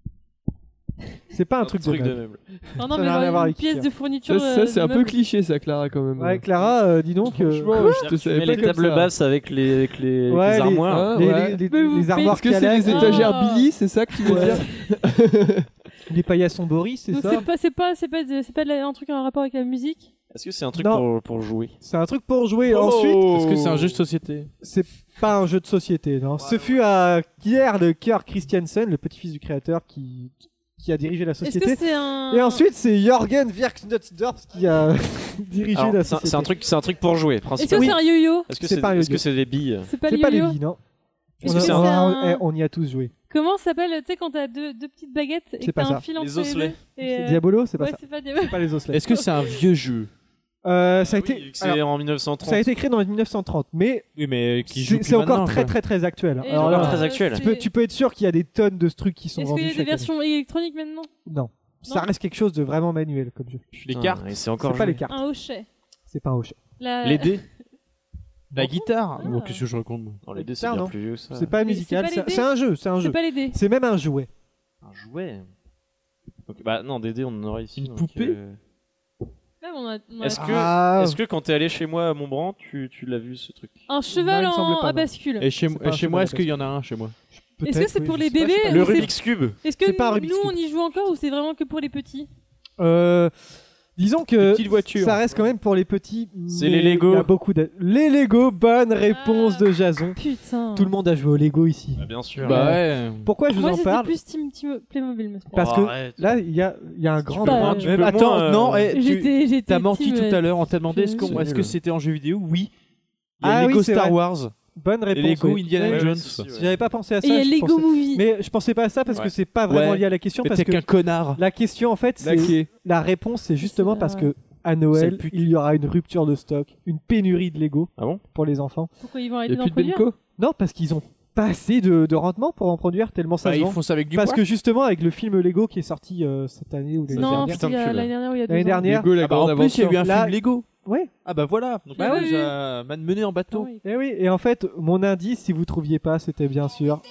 C'est pas un Un truc truc de de meuble. meuble. Non, Ça mais n'a rien à voir une avec pièce Ikea. de fourniture. Ça, c'est de un peu meuble. cliché, ça, Clara, quand même. Ouais, Clara, dis donc. Franchement, je te Tu savais mets pas les comme tables ça. basses avec les Ouais, armoires. Ah, ouais. les armoires Est-ce que c'est les Calais, étagères Ah. Billy, c'est ça que tu veux Ouais. dire? les paillassons Boris, c'est Donc ça c'est pas un truc en rapport avec la musique. Est-ce que c'est un truc Non. pour jouer? C'est un truc pour jouer. Oh. Ensuite, Est-ce que c'est un jeu de société? c'est pas un jeu de société. Non. Ce fut à Pierre de Kirk Christiansen, le petit-fils du créateur, qui a dirigé la Est-ce société. que c'est un. Et ensuite, c'est Jürgen Wirksnutzdorf qui a dirigé Alors, la c'est société. c'est un truc pour jouer Est-ce que principalement. c'est un yo-yo? Est-ce que C'est c'est pas un est-ce que yo-yo. c'est des billes? C'est pas C'est le pas les yo-yo. billes, non. Est-ce que c'est un- On y a tous joué. Comment ça s'appelle, tu sais, quand t'as deux petites baguettes et C'est que pas t'as ça. un fil entre Les osselets. deux et, C'est Diabolo, c'est pas ouais, ça. c'est pas Diabolo. C'est pas les osselets. Est-ce que c'est un vieux jeu? Ça a été. Oui, vu que c'est alors, en 1930. ça a été créé dans les 1930, mais Oui, mais qui joue c'est plus c'est encore maintenant, très quoi. très très actuel. Et Alors genre, là, très actuel. tu peux être sûr qu'il y a des tonnes de trucs qui sont Est-ce vendus qu'il y a des chaque année. versions électroniques maintenant? Non, ça reste quelque chose de vraiment manuel comme jeu. Les Putain, cartes? et c'est encore C'est pas joué. les cartes, Un hochet. c'est pas un hochet. Les dés? La guitare? Ah. Bon, qu'est-ce que je raconte, moi? Non, les deux c'est Ça, bien non. plus vieux ça. C'est pas Mais musical, c'est pas les c'est un jeu, c'est un C'est jeu. pas les dés. C'est même un jouet. Un jouet. Donc, bah non, des dés on en aurait ici. Une donc, poupée Même on a Est-ce que, Ah. est-ce que quand t'es allé chez moi à Montbran, tu l'as vu ce truc? un cheval il me semble pas, à non. bascule. Et chez, C'est pas un chez jeu moi, de est-ce qu'il y en a un chez moi? Est-ce que Peut-être, c'est oui, pour je les sais pas, bébés je sais pas. Le ou c'est- Rubik's Cube. Est-ce que C'est pas un Rubik's nous on Cube. y joue encore ou c'est vraiment que pour les petits? Disons Des que petites voitures. ça reste quand même pour les petits. C'est mais les Lego. Il y a beaucoup de... Les Lego, bonne réponse Ah. de Jason. Putain. Tout le monde a joué au Lego ici. Bah, bien sûr. Bah ouais. Pourquoi je vous Moi en j'étais parle plus team Playmobil, mais c'est pas Parce Oh, que arrête. là, il y a un grand peux drame. moins, tu Même- peux attends, moins, non, J'étais t'as menti team, tout à l'heure, on t'a demandé c'est est-ce que nul. c'était en jeu vidéo? Oui. Il y a Ah Lego oui, c'est Star vrai. Wars, Bonne réponse. Lego oui. Indiana Ouais, Jones. si, ouais. J'avais pas pensé à ça. Et il y a je Lego pensais- Movie. Mais je pensais pas à ça parce que Ouais. c'est pas vraiment Ouais. lié à la question. Mais Parce t'es que qu'un connard. la question, en fait, c'est Laqué. la réponse, c'est justement C'est parce vrai. que à C'est Noël, le pute. il y aura une rupture de stock, une pénurie de Lego Ah bon? pour les enfants. Pourquoi ils vont Il arrêter y a d'en plus de produire? Benko? Non, parce qu'ils ont pas assez de rendement pour en produire tellement ça Bah, se ils vend. font ça avec du Parce poids. que justement, avec le film Lego qui est sorti cette année ou l'année Non, dernière. putain c'était de pub. l'année dernière ou il y a 2 L'année ans. dernière. Lego, la Ah bah, grande en plus, il y a eu un Là- film Lego. Ouais. Ah bah voilà. Donc Bah bah, oui. nous a mené en bateau. Ah oui. Et oui, et en fait, mon indice, si vous trouviez pas, c'était bien sûr.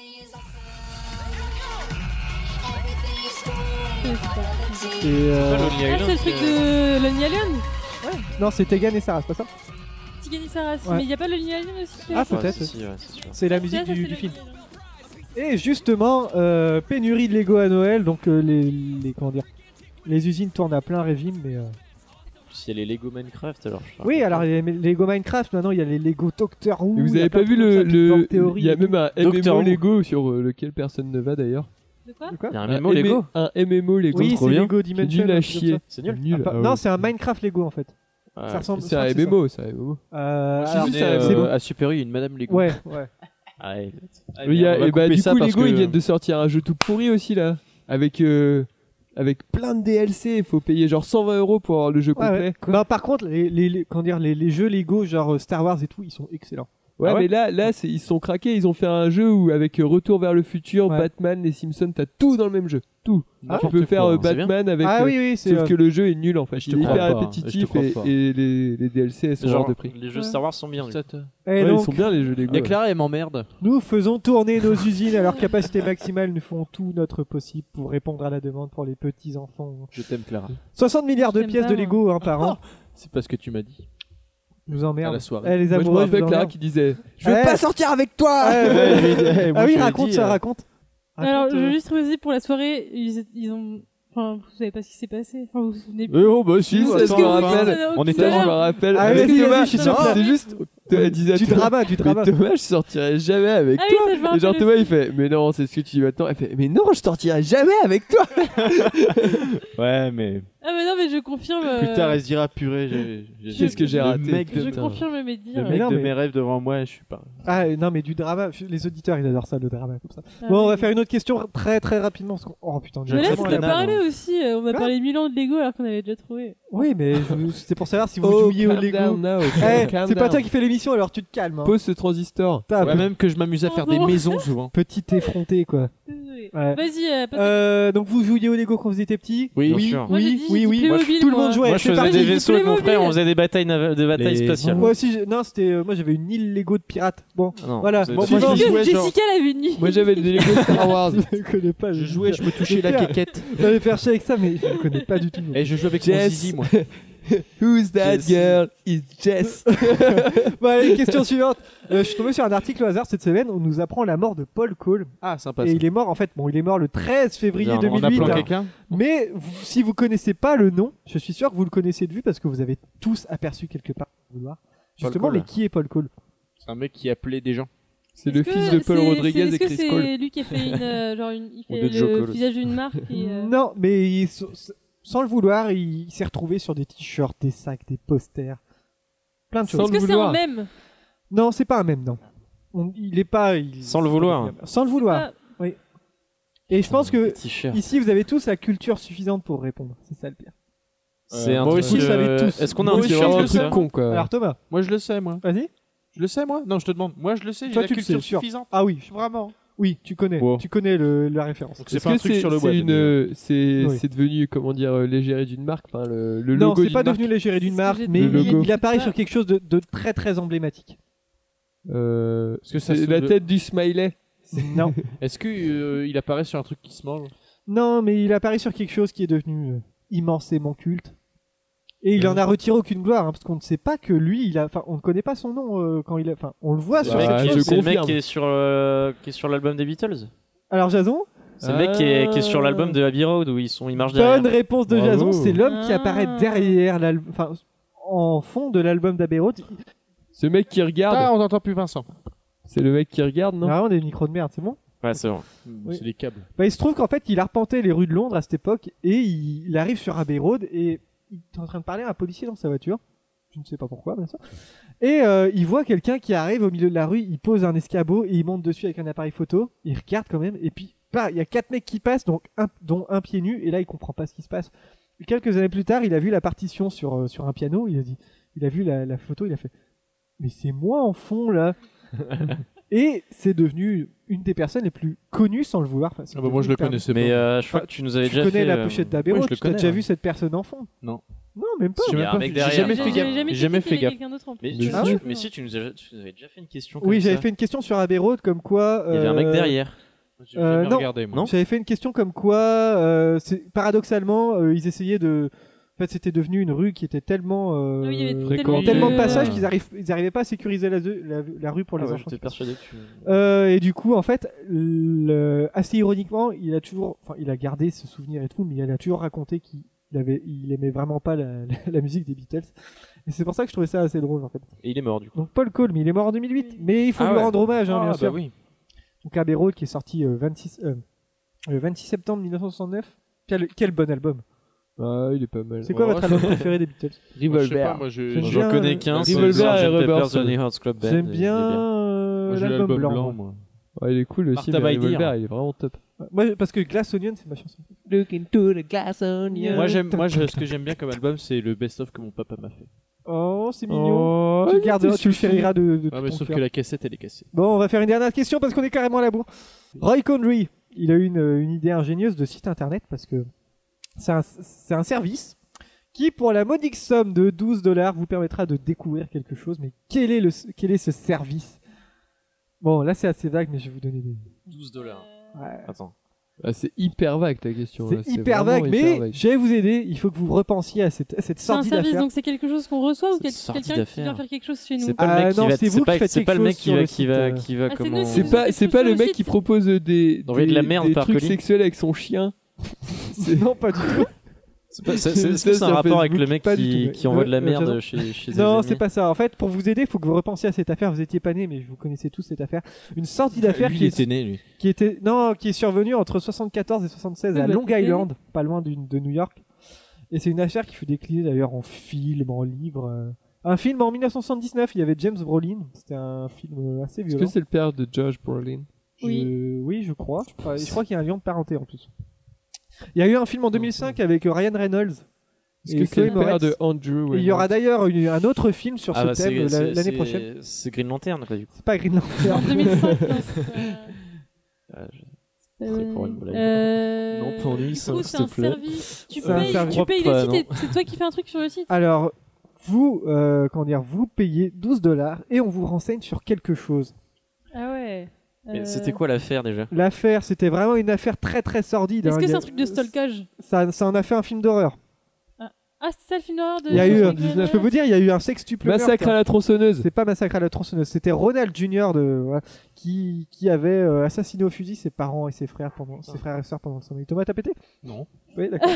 Et, Pas Lonely Ah, Island, c'est le truc de Lonely Island? non, c'est Tegan et Sarah, c'est pas ça? Tigani Saras. Ouais. Mais il y a pas Lonely Island aussi? Ah, Ouais, peut-être. si, si, ouais, c'est sûr. C'est la Ah, musique ça, du c'est film. Lonely Island. Et justement, pénurie de Lego à Noël, donc les comment dire, les usines tournent à plein régime, mais S'il y a les Lego Minecraft alors. je sais oui, pas. alors les Lego Minecraft, maintenant il y a les Lego Doctor Who. Mais il vous y a avez plein pas de vu trucs comme ça, Big Bang le. Theory Il y a et même un Doctor MMO Who. Lego sur lequel personne ne va d'ailleurs. De quoi? tout. Quoi Il y a un MMO Lego? Un MMO Lego. Oui, trop c'est bien. Lego C'est Dimension. nul un à truc comme chier. ça. C'est nul. Nul. Ah, Ah non, ouais. c'est un Minecraft Lego en fait. Ouais. Ça ressemble. C'est je un crois que MMO, c'est un MMO. alors, J'ai vu ça, ça c'est bon. à Super U, une Madame Lego. ouais, ouais. Ah, ouais. Il y a- on va et bah couper du ça coup parce Lego que- ils viennent de sortir un jeu tout pourri aussi là, avec plein de DLC. Il faut payer genre 120 € pour avoir le jeu Ouais, complet. ouais. Non, par contre, comment dire, les jeux Lego genre Star Wars et tout, ils sont excellents. Ouais, Ah ouais mais là ils se sont craqués. Ils ont fait un jeu où avec Retour vers le futur, Ouais. Batman, les Simpsons, t'as tout dans le même jeu. Tout. Ah, tu peux faire c'est bien. Batman avec. Ah oui, oui, c'est. Sauf que le jeu est nul en fait. Je te Il est crois hyper pas, hein. répétitif Je te crois pas. et les DLC elles sont hors Genre, de prix. les jeux Star Wars sont bien. du coup. Et Ouais, donc, ils sont bien les jeux Lego. Il y a ouais. Clara, elle m'emmerde. nous faisons tourner nos usines à leur capacité maximale. Nous font tout notre possible pour répondre à la demande pour les petits enfants. Je t'aime, Clara. 60 milliards de J'aime pièces pas, de moi. Lego par an. C'est pas ce que tu m'as dit. Nous emmerde. À la soirée. Eh, les Moi je me amoureux, je rappelle vous Clara emmerde. qui disait Je veux Eh. pas sortir avec toi. Ah, Moi, ah oui, je lui ai raconte dit, ça, raconte. Alors, je veux juste préciser pour la soirée, ils ont. Enfin, vous savez pas ce qui s'est passé. Enfin, vous vous souvenez plus. Oh, bah si, ça je me rappelle. On était je me rappelle. Ah, vas-y, Thomas, je suis sûr. c'est juste. Du drama. Mais Thomas, je sortirai jamais avec Ah oui, toi. ça, je me Et genre, rappelle Thomas, aussi. il fait, mais non, c'est ce que tu dis maintenant. Elle fait, mais non, je sortirai jamais avec toi. Ouais, mais Ah, mais non, mais je confirme. plus tard, elle se dira purée. Qu'est-ce que j'ai raté, Le mec Je de, confirme mes dires. le mec de mes rêves devant moi, je suis pas. Ah non, mais du drama. Les auditeurs, ils adorent ça, le drama comme ça. Ah, Bon, on oui. va faire une autre question très très rapidement. Oh putain, Mais là, Très faut bon, parler hein. aussi. On a parlé 1000 ans de Lego alors qu'on avait déjà trouvé. Oui, mais c'était pour savoir si vous Oh, jouiez au calm Lego. down now, Eh, calm c'est pas down. toi qui fais l'émission, alors tu te calmes. Hein. Pose ce transistor. T'as un Ouais, même que je m'amuse à faire des maisons souvent. petit effronté, quoi. Désolé. Ouais. Vas-y, Donc vous jouiez au Lego quand vous étiez petit? Oui, bien sûr. Moi, j'ai Oui, dit, oui, j'ai dit oui. Playmobil, Tout le moi. monde jouait. Moi, je C'est faisais pareil. des vaisseaux avec mon Playmobil. frère, on faisait des batailles spatiales. Moi aussi, non, c'était moi j'avais une île Lego de pirates. Bon, Ah non, voilà. vous avez Moi, pas- moi, je jouais genre. Jessica l'avait une nuit. Moi, j'avais des Lego Star Wars. Je ne connais pas. Je jouais, je me touchais la quéquette. J'allais faire chier avec ça, mais je ne connais pas du tout. Et je jouais avec mon Jess. zizi, moi. Who's that Jess. girl? It's Jess. Bon, allez, question suivante. Je suis tombé sur un article au hasard cette semaine. On nous apprend la mort de Paul Cole. Ah, sympa. Et ça. il est mort en fait. Bon, il est mort le 13 février Bien, en 2008. appelant hein. quelqu'un. Mais si vous connaissez pas le nom, je suis sûr que vous le connaissez de vue parce que vous avez tous aperçu quelque part. Vouloir. Justement, Cole. mais qui est Paul Cole? C'est un mec qui appelait des gens. C'est le Est-ce fils que de Paul c'est- Rodriguez est-ce et que Chris c'est Cole. lui qui a fait il Ou fait de Joe le Cole visage d'une marque et, Non, mais sans le vouloir, il s'est retrouvé sur des t-shirts, des sacs, des posters, plein de choses. Sans Est-ce le que c'est un vouloir. mème Non, c'est pas un mème, non. Il est pas. Sans le vouloir. Sans le vouloir. Oui. Et je pense que T-shirt. ici, vous avez tous la culture suffisante pour répondre. C'est ça le pire. C'est un moi truc, aussi, vous le savez tous. Est-ce qu'on a Moi un aussi, c'est t-shirt vraiment un comme ça truc con, quoi. Alors Thomas, Moi, je le sais, moi. vas-y. Je le sais, moi. Non, je te demande. Moi, je le sais. J'ai Toi, la tu le culture sais, sûr. suffisante. Ah oui, Vraiment. oui, tu connais. Wow. Tu connais la référence. Donc, c'est Est-ce pas un que truc sur le c'est web. c'est Oui. c'est devenu, comment dire, l'égérie d'une marque, enfin, le Non, logo c'est pas d'une devenu l'égérie d'une C'est ce que marque, j'ai mais dit. Le logo. il apparaît Ah. sur quelque chose de très très emblématique. marque. Est-ce que ça C'est se- la tête du smiley. Non. Est-ce que il apparaît sur un truc qui se mange? Non, mais il apparaît sur quelque chose qui est devenu immensément culte. Et il en a retiré aucune gloire, hein, parce qu'on ne sait pas que lui, on ne connaît pas son nom quand il a. Enfin, on le voit sur Bah, cette je chose. C'est le mec confirme. qui est sur l'album des Beatles. Alors Jason, C'est le mec qui est sur l'album de Abbey Road où ils marchent derrière. bonne réponse de Bravo. Jason. C'est l'homme qui Ah. apparaît derrière enfin, en fond de l'album d'Abbey Road. Ce mec qui Ah, regarde, on n'entend plus Vincent. c'est le mec qui regarde, non? Vraiment des micros de merde, c'est bon. Ouais, c'est bon. Oui. C'est les câbles. Bah, il se trouve qu'en fait, il arpentait les rues de Londres à cette époque et il arrive sur Abbey Road et il est en train de parler à un policier dans sa voiture. Je ne sais pas pourquoi, bien sûr. Et il voit quelqu'un qui arrive au milieu de la rue, il pose un escabeau et il monte dessus avec un appareil photo. Il regarde quand même et puis il y a 4 mecs qui passent, dont un pied nu, et là il comprend pas ce qui se passe. Et quelques années plus tard, il a vu la partition sur un piano, il a vu la photo, il a fait mais c'est moi en fond là. Et c'est devenu une des personnes les plus connues sans le vouloir. Enfin, c'est Ah bah moi je le devenu connaissais Mais pas. je crois que tu nous avais tu déjà connais fait. la pochette d'Abbey Road, ouais, je le tu as connais, déjà ouais. vu cette personne en fond? Non. Non, même pas. J'ai Il y a un mec j'ai derrière. jamais J'ai fait gaffe. jamais J'ai jamais capté fait qu'il y avait gaffe. quelqu'un d'autre en plus. Mais, Mais ah ouais. si, tu nous avais déjà fait une question. Oui, comme j'avais ça. fait une question sur Abbey Road comme quoi. Il y avait un mec derrière. J'ai jamais non. regardé, moi. Non. J'avais fait une question comme quoi, paradoxalement, ils essayaient de. En fait, c'était devenu une rue qui était tellement. Ah oui, il y avait fréquent. tellement de de passages qu'ils arrivaient pas à sécuriser la rue pour les Ah ouais, enfants. j'étais persuadé que tu. Et du coup, en fait, assez ironiquement, il a gardé ce souvenir et tout, mais il a toujours raconté qu'il aimait vraiment pas la musique des Beatles. Et c'est pour ça que je trouvais ça assez drôle, en fait. Et il est mort du coup. Donc Paul Cole, mais il est mort en 2008. Mais il faut Ah lui ouais. rendre hommage, hein, Ah bien bah sûr. oui. Donc Abbey Road qui est sorti le 26 septembre 1969. Quel bon album. Ah, il est pas mal. C'est quoi Ouais, votre album préféré des Beatles? Moi, je sais pas, Revolver. moi J'aime J'en bien, connais qu'un. c'est Revolver et Sgt. Rubber Pepper's Soul. Lonely Hearts Club Band. J'aime il est bien Moi, j'ai l'album blanc. blanc, moi. moi. Ouais, il est cool aussi, Martha mais by Revolver, Deer. il est vraiment top. Moi, parce que Glass Onion, c'est ma chanson. Look into the glass on you. Ce que j'aime bien comme album, c'est le best-of que mon papa m'a fait. Oh, c'est mignon. Oh, Tu le garderas, tu le chouchou. chériras de Ah, tout mais ton sauf cœur. que la cassette, elle est cassée. Bon, on va faire une dernière question parce qu'on est carrément à la bourre. Roy Condry, il a eu une idée ingénieuse de site internet parce que c'est un service qui, pour la modique somme de $12, vous permettra de découvrir quelque chose. Mais quel est ce service? Bon, là c'est assez vague, mais je vais vous donner des... $12. Ouais. Attends. C'est hyper vague ta question. C'est hyper vague, mais je vais vous aider. Il faut que vous repensiez à cette sortie d'affaires. C'est un service, donc c'est quelque chose qu'on reçoit ou quelqu'un qui vient faire quelque chose chez nous? C'est pas le mec qui va. C'est vous qui faites quelque chose. Qui va comment? C'est pas le mec qui propose des trucs sexuels avec son chien. Non, pas du tout. C'est un rapport avec le mec qui envoie de la merde chez Non, c'est pas ça. En fait, pour vous aider, il faut que vous repensiez à cette affaire. Vous étiez pas né, mais vous connaissez tous cette affaire. Une sortie d'affaires qui est survenue entre 74 et 76 à Long Island, pas loin de New York. Et c'est une affaire qui fut déclinée d'ailleurs en film, en livre. Un film en 1979, il y avait James Brolin. C'était un film assez violent. Est-ce que c'est le père de Josh Brolin? Oui, je crois. Je crois qu'il y a un lien de parenté en plus. Il y a eu un film en 2005 avec Ryan Reynolds. Est-ce que c'est le père de Andrew? Il y aura d'ailleurs un autre film sur ce thème l'année prochaine. C'est Green Lantern, quoi, du coup. C'est pas Green Lantern. En 2005. Non, pas en 2005, s'il te plaît. Tu payes le site et c'est toi qui fais un truc sur le site. Alors, vous payez $12 et on vous renseigne sur quelque chose. Ah ouais. Mais c'était quoi l'affaire déjà? L'affaire, c'était vraiment une affaire très très sordide. Est-ce que c'est un truc de stalkage? Ça en a fait un film d'horreur. Ah, c'est ça le film d'horreur de... Il y a eu, je peux vous dire, il y a eu un sextuple meurtre. Massacre à la tronçonneuse. C'est pas Massacre à la tronçonneuse, c'était Ronald Jr. qui avait assassiné au fusil ses parents et ses frères et sœurs pendant le sommeil. Thomas, t'as pété? Non. Oui, d'accord.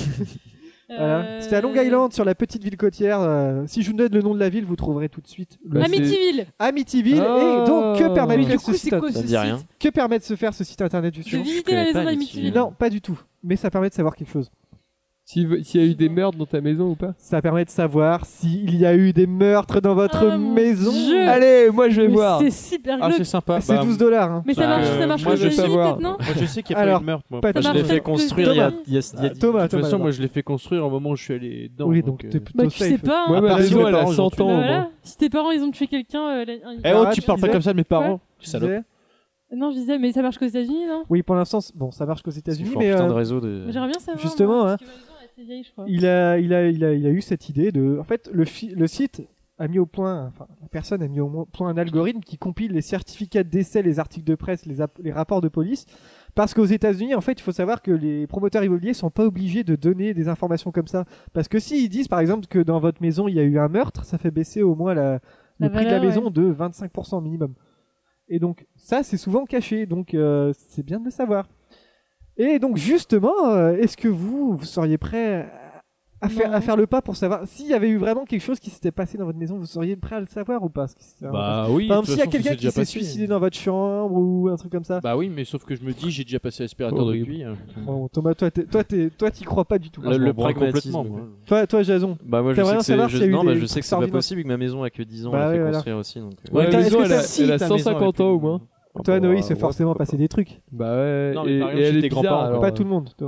Voilà. C'était à Long Island, sur la petite ville côtière. Si je vous donne le nom de la ville, vous trouverez tout de suite. Amityville. Et donc, que permet de ce site internet? Que permet de se faire ce site internet justement? De visiter la maison d'Amityville. Non, pas du tout. Mais ça permet de savoir quelque chose. S'il y a eu des meurtres dans ta maison ou pas? Ça permet de savoir s'il y a eu des meurtres dans votre maison. Allez, moi je vais voir. C'est super glauque. C'est sympa. C'est $12. Hein. Mais ça marche moi, je vais savoir. Moi je sais qu'il n'y a pas eu de meurtre. Moi. Je l'ai fait construire il y a Thomas. De toute façon, moi je l'ai fait construire au moment où je suis allé dedans. Oui, donc t'es plutôt safe. Tu sais pas. Ouais, ma maison elle a 100 ans. Si tes parents ils ont tué quelqu'un. Tu parles pas comme ça de mes parents. Salope. Non, je disais, mais ça marche qu'aux États-Unis, non? Oui, pour l'instant, bon, ça marche qu'aux États-Unis, mais j'aimerais bien savoir. Justement, hein. Vieille, je crois. Il a eu cette idée de. En fait, le site a mis au point. Enfin, la personne a mis au point un algorithme qui compile les certificats de décès, les articles de presse, les rapports de police. Parce qu'aux États-Unis, en fait, il faut savoir que les promoteurs immobiliers sont pas obligés de donner des informations comme ça. Parce que s'ils disent, par exemple, que dans votre maison il y a eu un meurtre, ça fait baisser au moins le prix de la maison de 25% minimum. Et donc, ça, c'est souvent caché. Donc, c'est bien de le savoir. Et donc justement, est-ce que vous seriez prêt à faire le pas pour savoir s'il y avait eu vraiment quelque chose qui s'était passé dans votre maison? Vous seriez prêt à le savoir ou pas? Bah oui. Par exemple, s'il y a quelqu'un qui s'est suicidé dans votre chambre ou un truc comme ça. Bah oui, mais sauf que je me dis, j'ai déjà passé l'aspirateur de cuit. Bon, Thomas, toi, t'y crois pas du tout. Le pragmatisme. Toi, Jason. Bah moi, je sais que c'est pas possible que ma maison a que 10 ans à fait construire aussi. Ouais, la maison, elle a 150 ans au moins. Toi, Noé, il s'est forcément passé des trucs. Bah ouais, non, et elle est bizarre. Alors, pas tout le monde.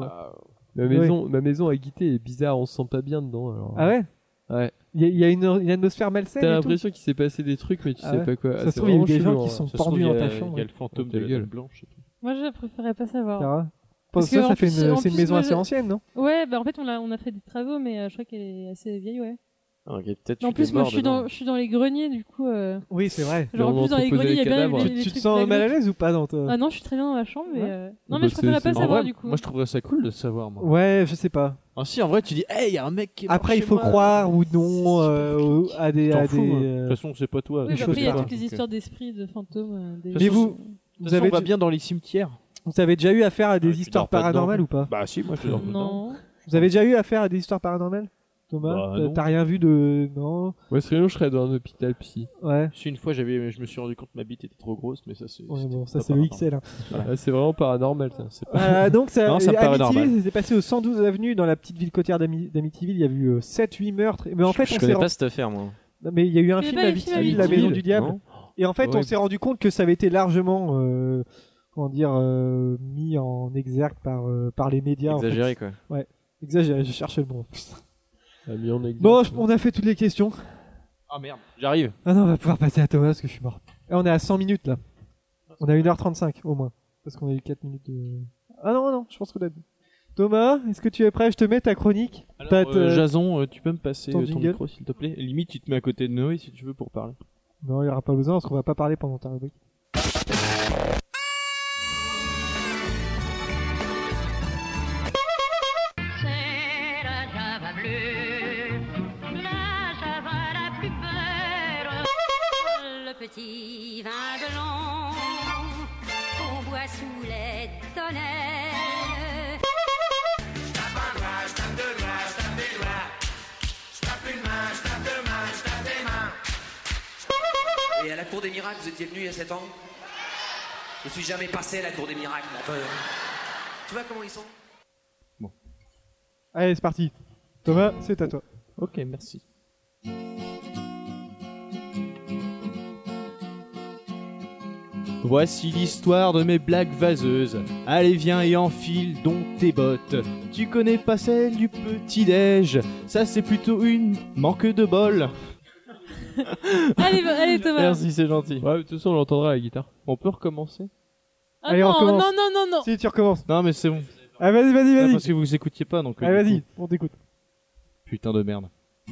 Ma maison à Guité est bizarre, on se sent pas bien dedans. Alors. Ah ouais? Ouais. Il y a une atmosphère malsaine. T'as l'impression qu'il s'est passé des trucs, mais tu sais pas quoi. Ça se trouve, il y a eu des gens qui sont pendus dans ta chambre. Il y a le fantôme de la gueule blanche. Moi, je préférerais pas savoir. Parce que c'est une maison assez ancienne, non? Ouais, bah en fait, on a fait des travaux, mais je crois qu'elle est assez vieille, ouais. En plus, moi, je suis dans les greniers, du coup. Oui, c'est vrai. Genre, en plus, dans les greniers, il y a bien tu te sens mal à l'aise ou pas dans toi? Ah non, je suis très bien dans ma chambre, mais. Non, mais je préférerais pas savoir, du coup. Moi, je trouverais ça cool de savoir, moi. Ouais, je sais pas. Ah si, en vrai, tu dis, hey, il y a un mec qui est. Après, il faut croire ou non à des. De toute façon, c'est pas toi. Oui, après, il y a toutes les histoires d'esprits, de fantômes. Mais vous avez va bien dans les cimetières. Vous avez déjà eu affaire à des histoires paranormales ou pas? Bah si, moi, je dors dedans. Vous avez déjà eu affaire à des histoires paranormales? Thomas, t'as rien vu de... Non. Ouais, sinon je serais dans un hôpital psy. Ouais. Si une fois je me suis rendu compte que ma bite était trop grosse, mais ça c'est... Ouais, bon, ça c'est le XL. Hein. Voilà. C'est vraiment paranormal ça. Donc ça, non, ça paraît normal. Ça s'est passé au 112 avenue dans la petite ville côtière d'Amityville. Il y a eu 7-8 meurtres. Mais en fait, je connais pas cette affaire moi. Non, mais il y a eu un film Amityville, La Maison du Diable. Et en fait, on s'est rendu compte que ça avait été largement... mis en exergue par les médias. Exagéré quoi. Ouais, exagéré, je cherchais le mot. Bon, on a fait toutes les questions. Ah merde, j'arrive. Ah non, on va pouvoir passer à Thomas parce que je suis mort. Là, on est à 100 minutes là. On a 1h35 au moins. Parce qu'on a eu 4 minutes de... Ah non, je pense qu'on a... Thomas, est-ce que tu es prêt? Je te mets ta chronique. Alors, Jason, tu peux me passer ton micro s'il te plaît? Limite, tu te mets à côté de Noé si tu veux pour parler. Non, il n'y aura pas besoin parce qu'on va pas parler pendant ta rubrique. Et à la Cour des Miracles, vous étiez venu il y a 7 ans? Je suis jamais passé à la Cour des Miracles, mon pote. Tu vois comment ils sont? Allez, c'est parti. Thomas, c'est à toi. Ok, merci. Voici l'histoire de mes blagues vaseuses. Allez, viens et enfile donc tes bottes. Tu connais pas celle du petit-déj? Ça, c'est plutôt une manque de bol. Allez, Thomas. Merci, c'est gentil. Ouais, de toute façon, on l'entendra à la guitare. On peut recommencer? Ah Allez, non, on recommence. non. Si, tu recommences. Non, mais c'est bon. Ah, vas-y. Ah, parce que vous écoutiez pas, donc... Allez, du vas-y, coup- on t'écoute. Putain de merde.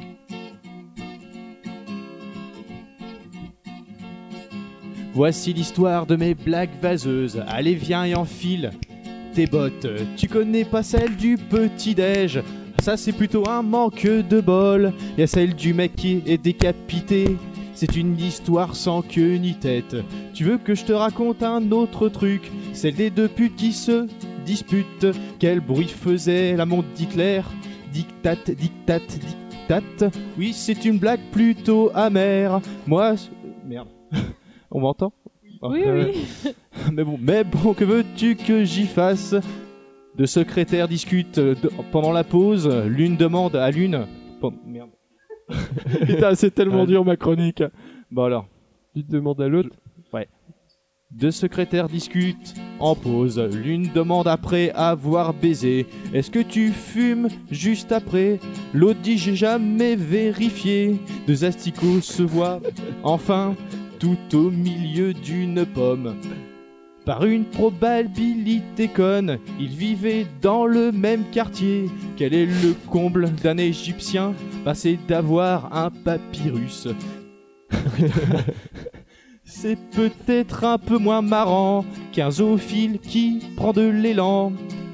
Voici l'histoire de mes blagues vaseuses. Allez, viens et enfile tes bottes. Tu connais pas celle du petit-déj? Ça, c'est plutôt un manque de bol. Y a celle du mec qui est décapité. C'est une histoire sans queue ni tête. Tu veux que je te raconte un autre truc? Celle des deux putes qui se disputent. Quel bruit faisait la montre d'Hitler? Dictate, dictate, dictate. Oui, c'est une blague plutôt amère. Moi... Merde. On m'entend? Oui. Mais bon, que veux-tu que j'y fasse? Deux secrétaires discutent pendant la pause. L'une demande à l'une... Merde. Putain, c'est tellement dur ma chronique. Bon alors. Tu demandes à l'autre? Ouais. Deux secrétaires discutent en pause. L'une demande après avoir baisé: est-ce que tu fumes juste après? L'autre dit: j'ai jamais vérifié. Deux asticots se voient enfin tout au milieu d'une pomme. Par une probabilité conne, ils vivaient dans le même quartier. Quel est le comble d'un Égyptien? C'est d'avoir un papyrus. C'est peut-être un peu moins marrant qu'un zoophile qui prend de l'élan.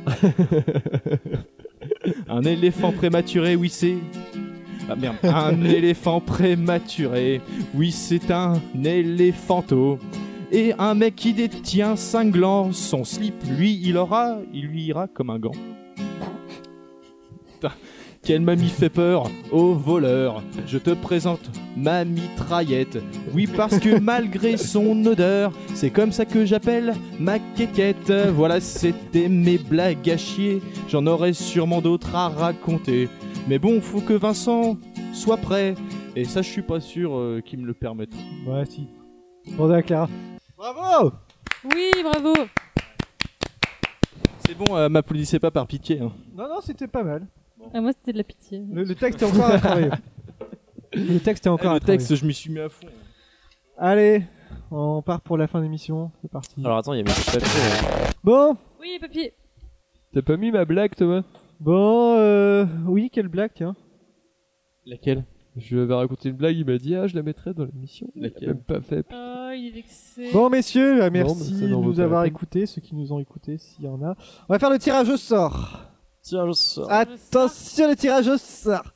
Un éléphant prématuré, oui c'est... Ah merde, un éléphant prématuré, oui c'est un éléphanto. Et un mec qui détient 5 glands, son slip, lui lui ira comme un gant. Putain, quelle mamie fait peur aux voleurs. Je te présente ma mitraillette. Oui, parce que malgré son odeur, c'est comme ça que j'appelle ma quéquette. Voilà, c'était mes blagues à chier. J'en aurais sûrement d'autres à raconter. Mais bon, faut que Vincent soit prêt. Et ça, je suis pas sûr qu'il me le permette. Ouais, si. Demandez à Clara. Bravo! Oui, bravo. C'est bon, m'applaudissez pas par pitié. Hein. Non, c'était pas mal. Ah, moi, c'était de la pitié. Le texte est encore à travailler. Le texte est encore à travailler. Le texte, je m'y suis mis à fond. Allez, on part pour la fin de l'émission. C'est parti. Alors attends, il y a mes petits papiers. Bon. Oui, papier. T'as pas mis ma blague, Thomas? Bon, oui, quelle blague, tiens. Laquelle? Je lui avais raconté une blague, il m'a dit: ah, je la mettrai dans l'émission. Laquelle? Il a même pas fait. Oh, il est vexé. Bon, messieurs, Non, merci mais de ça n'en vaut nous pas avoir la peine. écoutés, ceux qui nous ont écoutés, s'il y en a. On va faire le tirage au sort. Tirage au sort. Attention, le tirage au sort.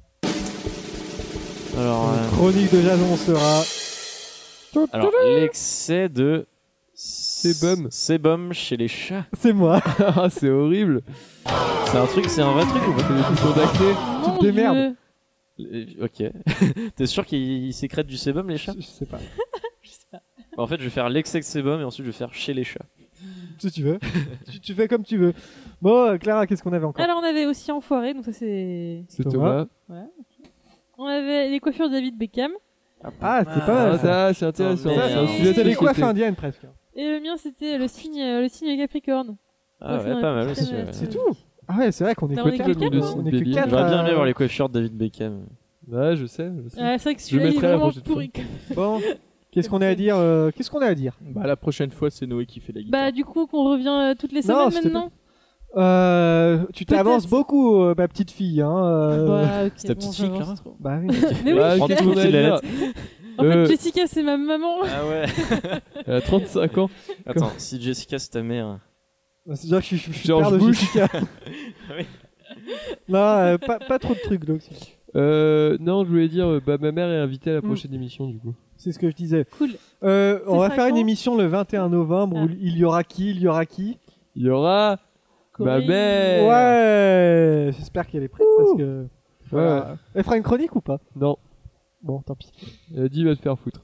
Alors, Chronique de Jason sera... alors l'excès de sébum chez les chats. C'est moi. Ah, c'est horrible. C'est un vrai truc ou pas? C'est des piqûres d'acné. Mon Tu te démerdes. Ok. T'es sûr qu'ils sécrètent du sébum les chats? Je sais pas. Je sais pas. En fait, je vais faire l'excès de sébum et ensuite je vais faire chez les chats. Si tu veux. tu fais comme tu veux. Bon, Clara, qu'est-ce qu'on avait encore? Alors, on avait aussi Enfoiré, donc ça c'est... C'est Thomas. Voilà. On avait les coiffures de David Beckham. Ah, c'est pas mal. Ça, c'est intéressant. Oh, C'est un sujet de C'est les coiffes société. indiennes presque. Et le mien, c'était le signe Capricorne. Ah Ouais, ouais, c'est pas un mal petit aussi. thème, ouais. C'est tout. Ah ouais, c'est vrai qu'on est T'as que on est 4. que quatre, non On est que Baby. 4. J'aimerais bien voir les coiffures de David Beckham. Ouais, je sais. Ah, c'est vrai que Je celui-là, il est mettrai la vraiment prochaine pourri. Bon, qu'est-ce qu'on a à dire Bah, la prochaine fois, c'est Noé qui fait la guitare. Bah, du coup, qu'on revient toutes les Non, semaines c'était maintenant. Tu t'avances beaucoup, ma petite fille. Hein, Bah, ok, C'est ta bon, petite fille, j'avance Clara trop. Bah oui. Mais oui, Ah, Prends qu'est-ce tout qu'on a ce à qu'il a dire? en fait, Jessica, c'est ma maman. Ah ouais. Elle a 35 ans. Attends, si Jessica c'est ta mère. C'est déjà que je suis George père de Bush. Jessica. Oui. Non, pas trop de trucs donc. Non, je voulais dire, bah, ma mère est invitée à la prochaine émission, du coup. C'est ce que je disais. Cool. On va sera faire une quand émission le 21 novembre où il y aura qui? Il y aura ma mère. Ouais. J'espère qu'elle est prête parce que. Ouais. Elle fera une chronique ou pas? Non. Bon, tant pis. Elle a dit, va te faire foutre.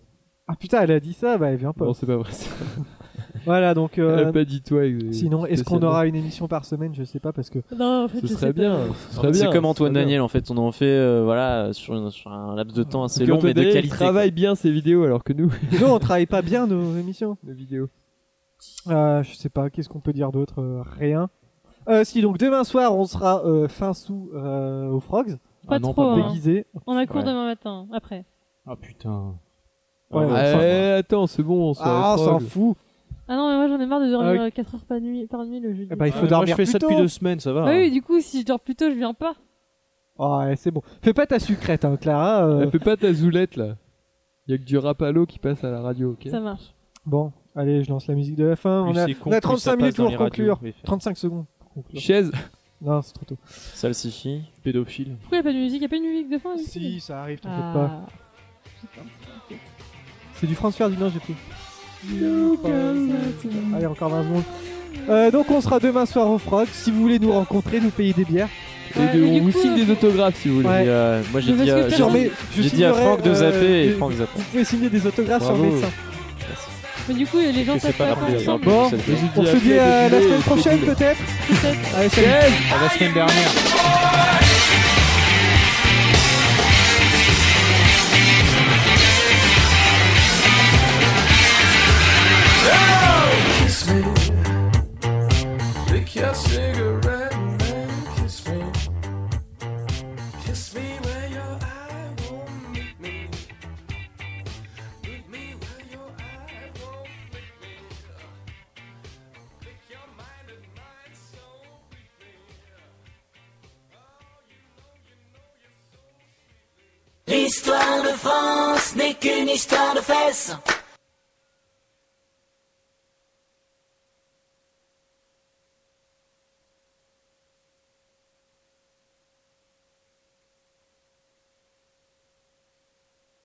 Ah putain, elle a dit ça, bah elle vient pas. Non, c'est pas vrai ça. Voilà, donc. Elle a pas dit toi. Sinon, est-ce qu'on aura une émission par semaine? Je sais pas parce que. Non, en fait, ce serait bien. C'est comme Antoine Daniel en fait, on en fait voilà sur un laps de temps assez long mais de qualité. Il travaille bien ses vidéos alors que nous. Nous, on travaille pas bien nos émissions. Nos vidéos. Je sais pas, qu'est-ce qu'on peut dire d'autre? Rien. Si donc demain soir on sera fin sous aux Frogs. Pas trop, déguisé. On a cours demain matin, après. Ah putain. Ouais, attends, c'est bon, on s'en fout. Ah non, mais moi j'en ai marre de dormir 4 heures par nuit le jeudi. Bah, il faut dormir. Moi je fais ça depuis 2 semaines, ça va. Bah oui, du coup, si je dors plus tôt, je viens pas. Ouais, c'est bon. Fais pas ta sucrète, hein, Clara. Fais pas ta zoulette là. Il y a que du rap à l'eau qui passe à la radio, ok? Ça marche. Bon, allez, je lance la musique de la fin. On a 35 minutes pour conclure. 35 secondes pour conclure. Chaise. Non, c'est trop tôt. Salsifie. Pédophile. Pourquoi il n'y a pas de musique? Il n'y a pas une musique de fin? Si, ça arrive, t'inquiète pas. C'est du Franz Ferdinand, j'ai pris. Allez, encore 20 secondes. Donc on sera demain soir au Frog. Si vous voulez nous rencontrer, nous payer des bières. Et on vous signe des autographes si vous voulez. Ouais. Moi j'ai dit à Franck de zapper et Franck zappe. Vous pouvez signer des autographes sur mes seins. Mais du coup, les gens savent pas ensemble. Bon, on se dit à la semaine prochaine peut-être. Allez, salut. À la semaine dernière. Kiss me, lick your cigarette and then kiss me. Kiss me where your eye won't meet me. Meet me where your eye won't meet me. Lick your mind and mine so weakly. Oh, you know you're so sweetly. L'histoire de France n'est qu'une histoire de fesses.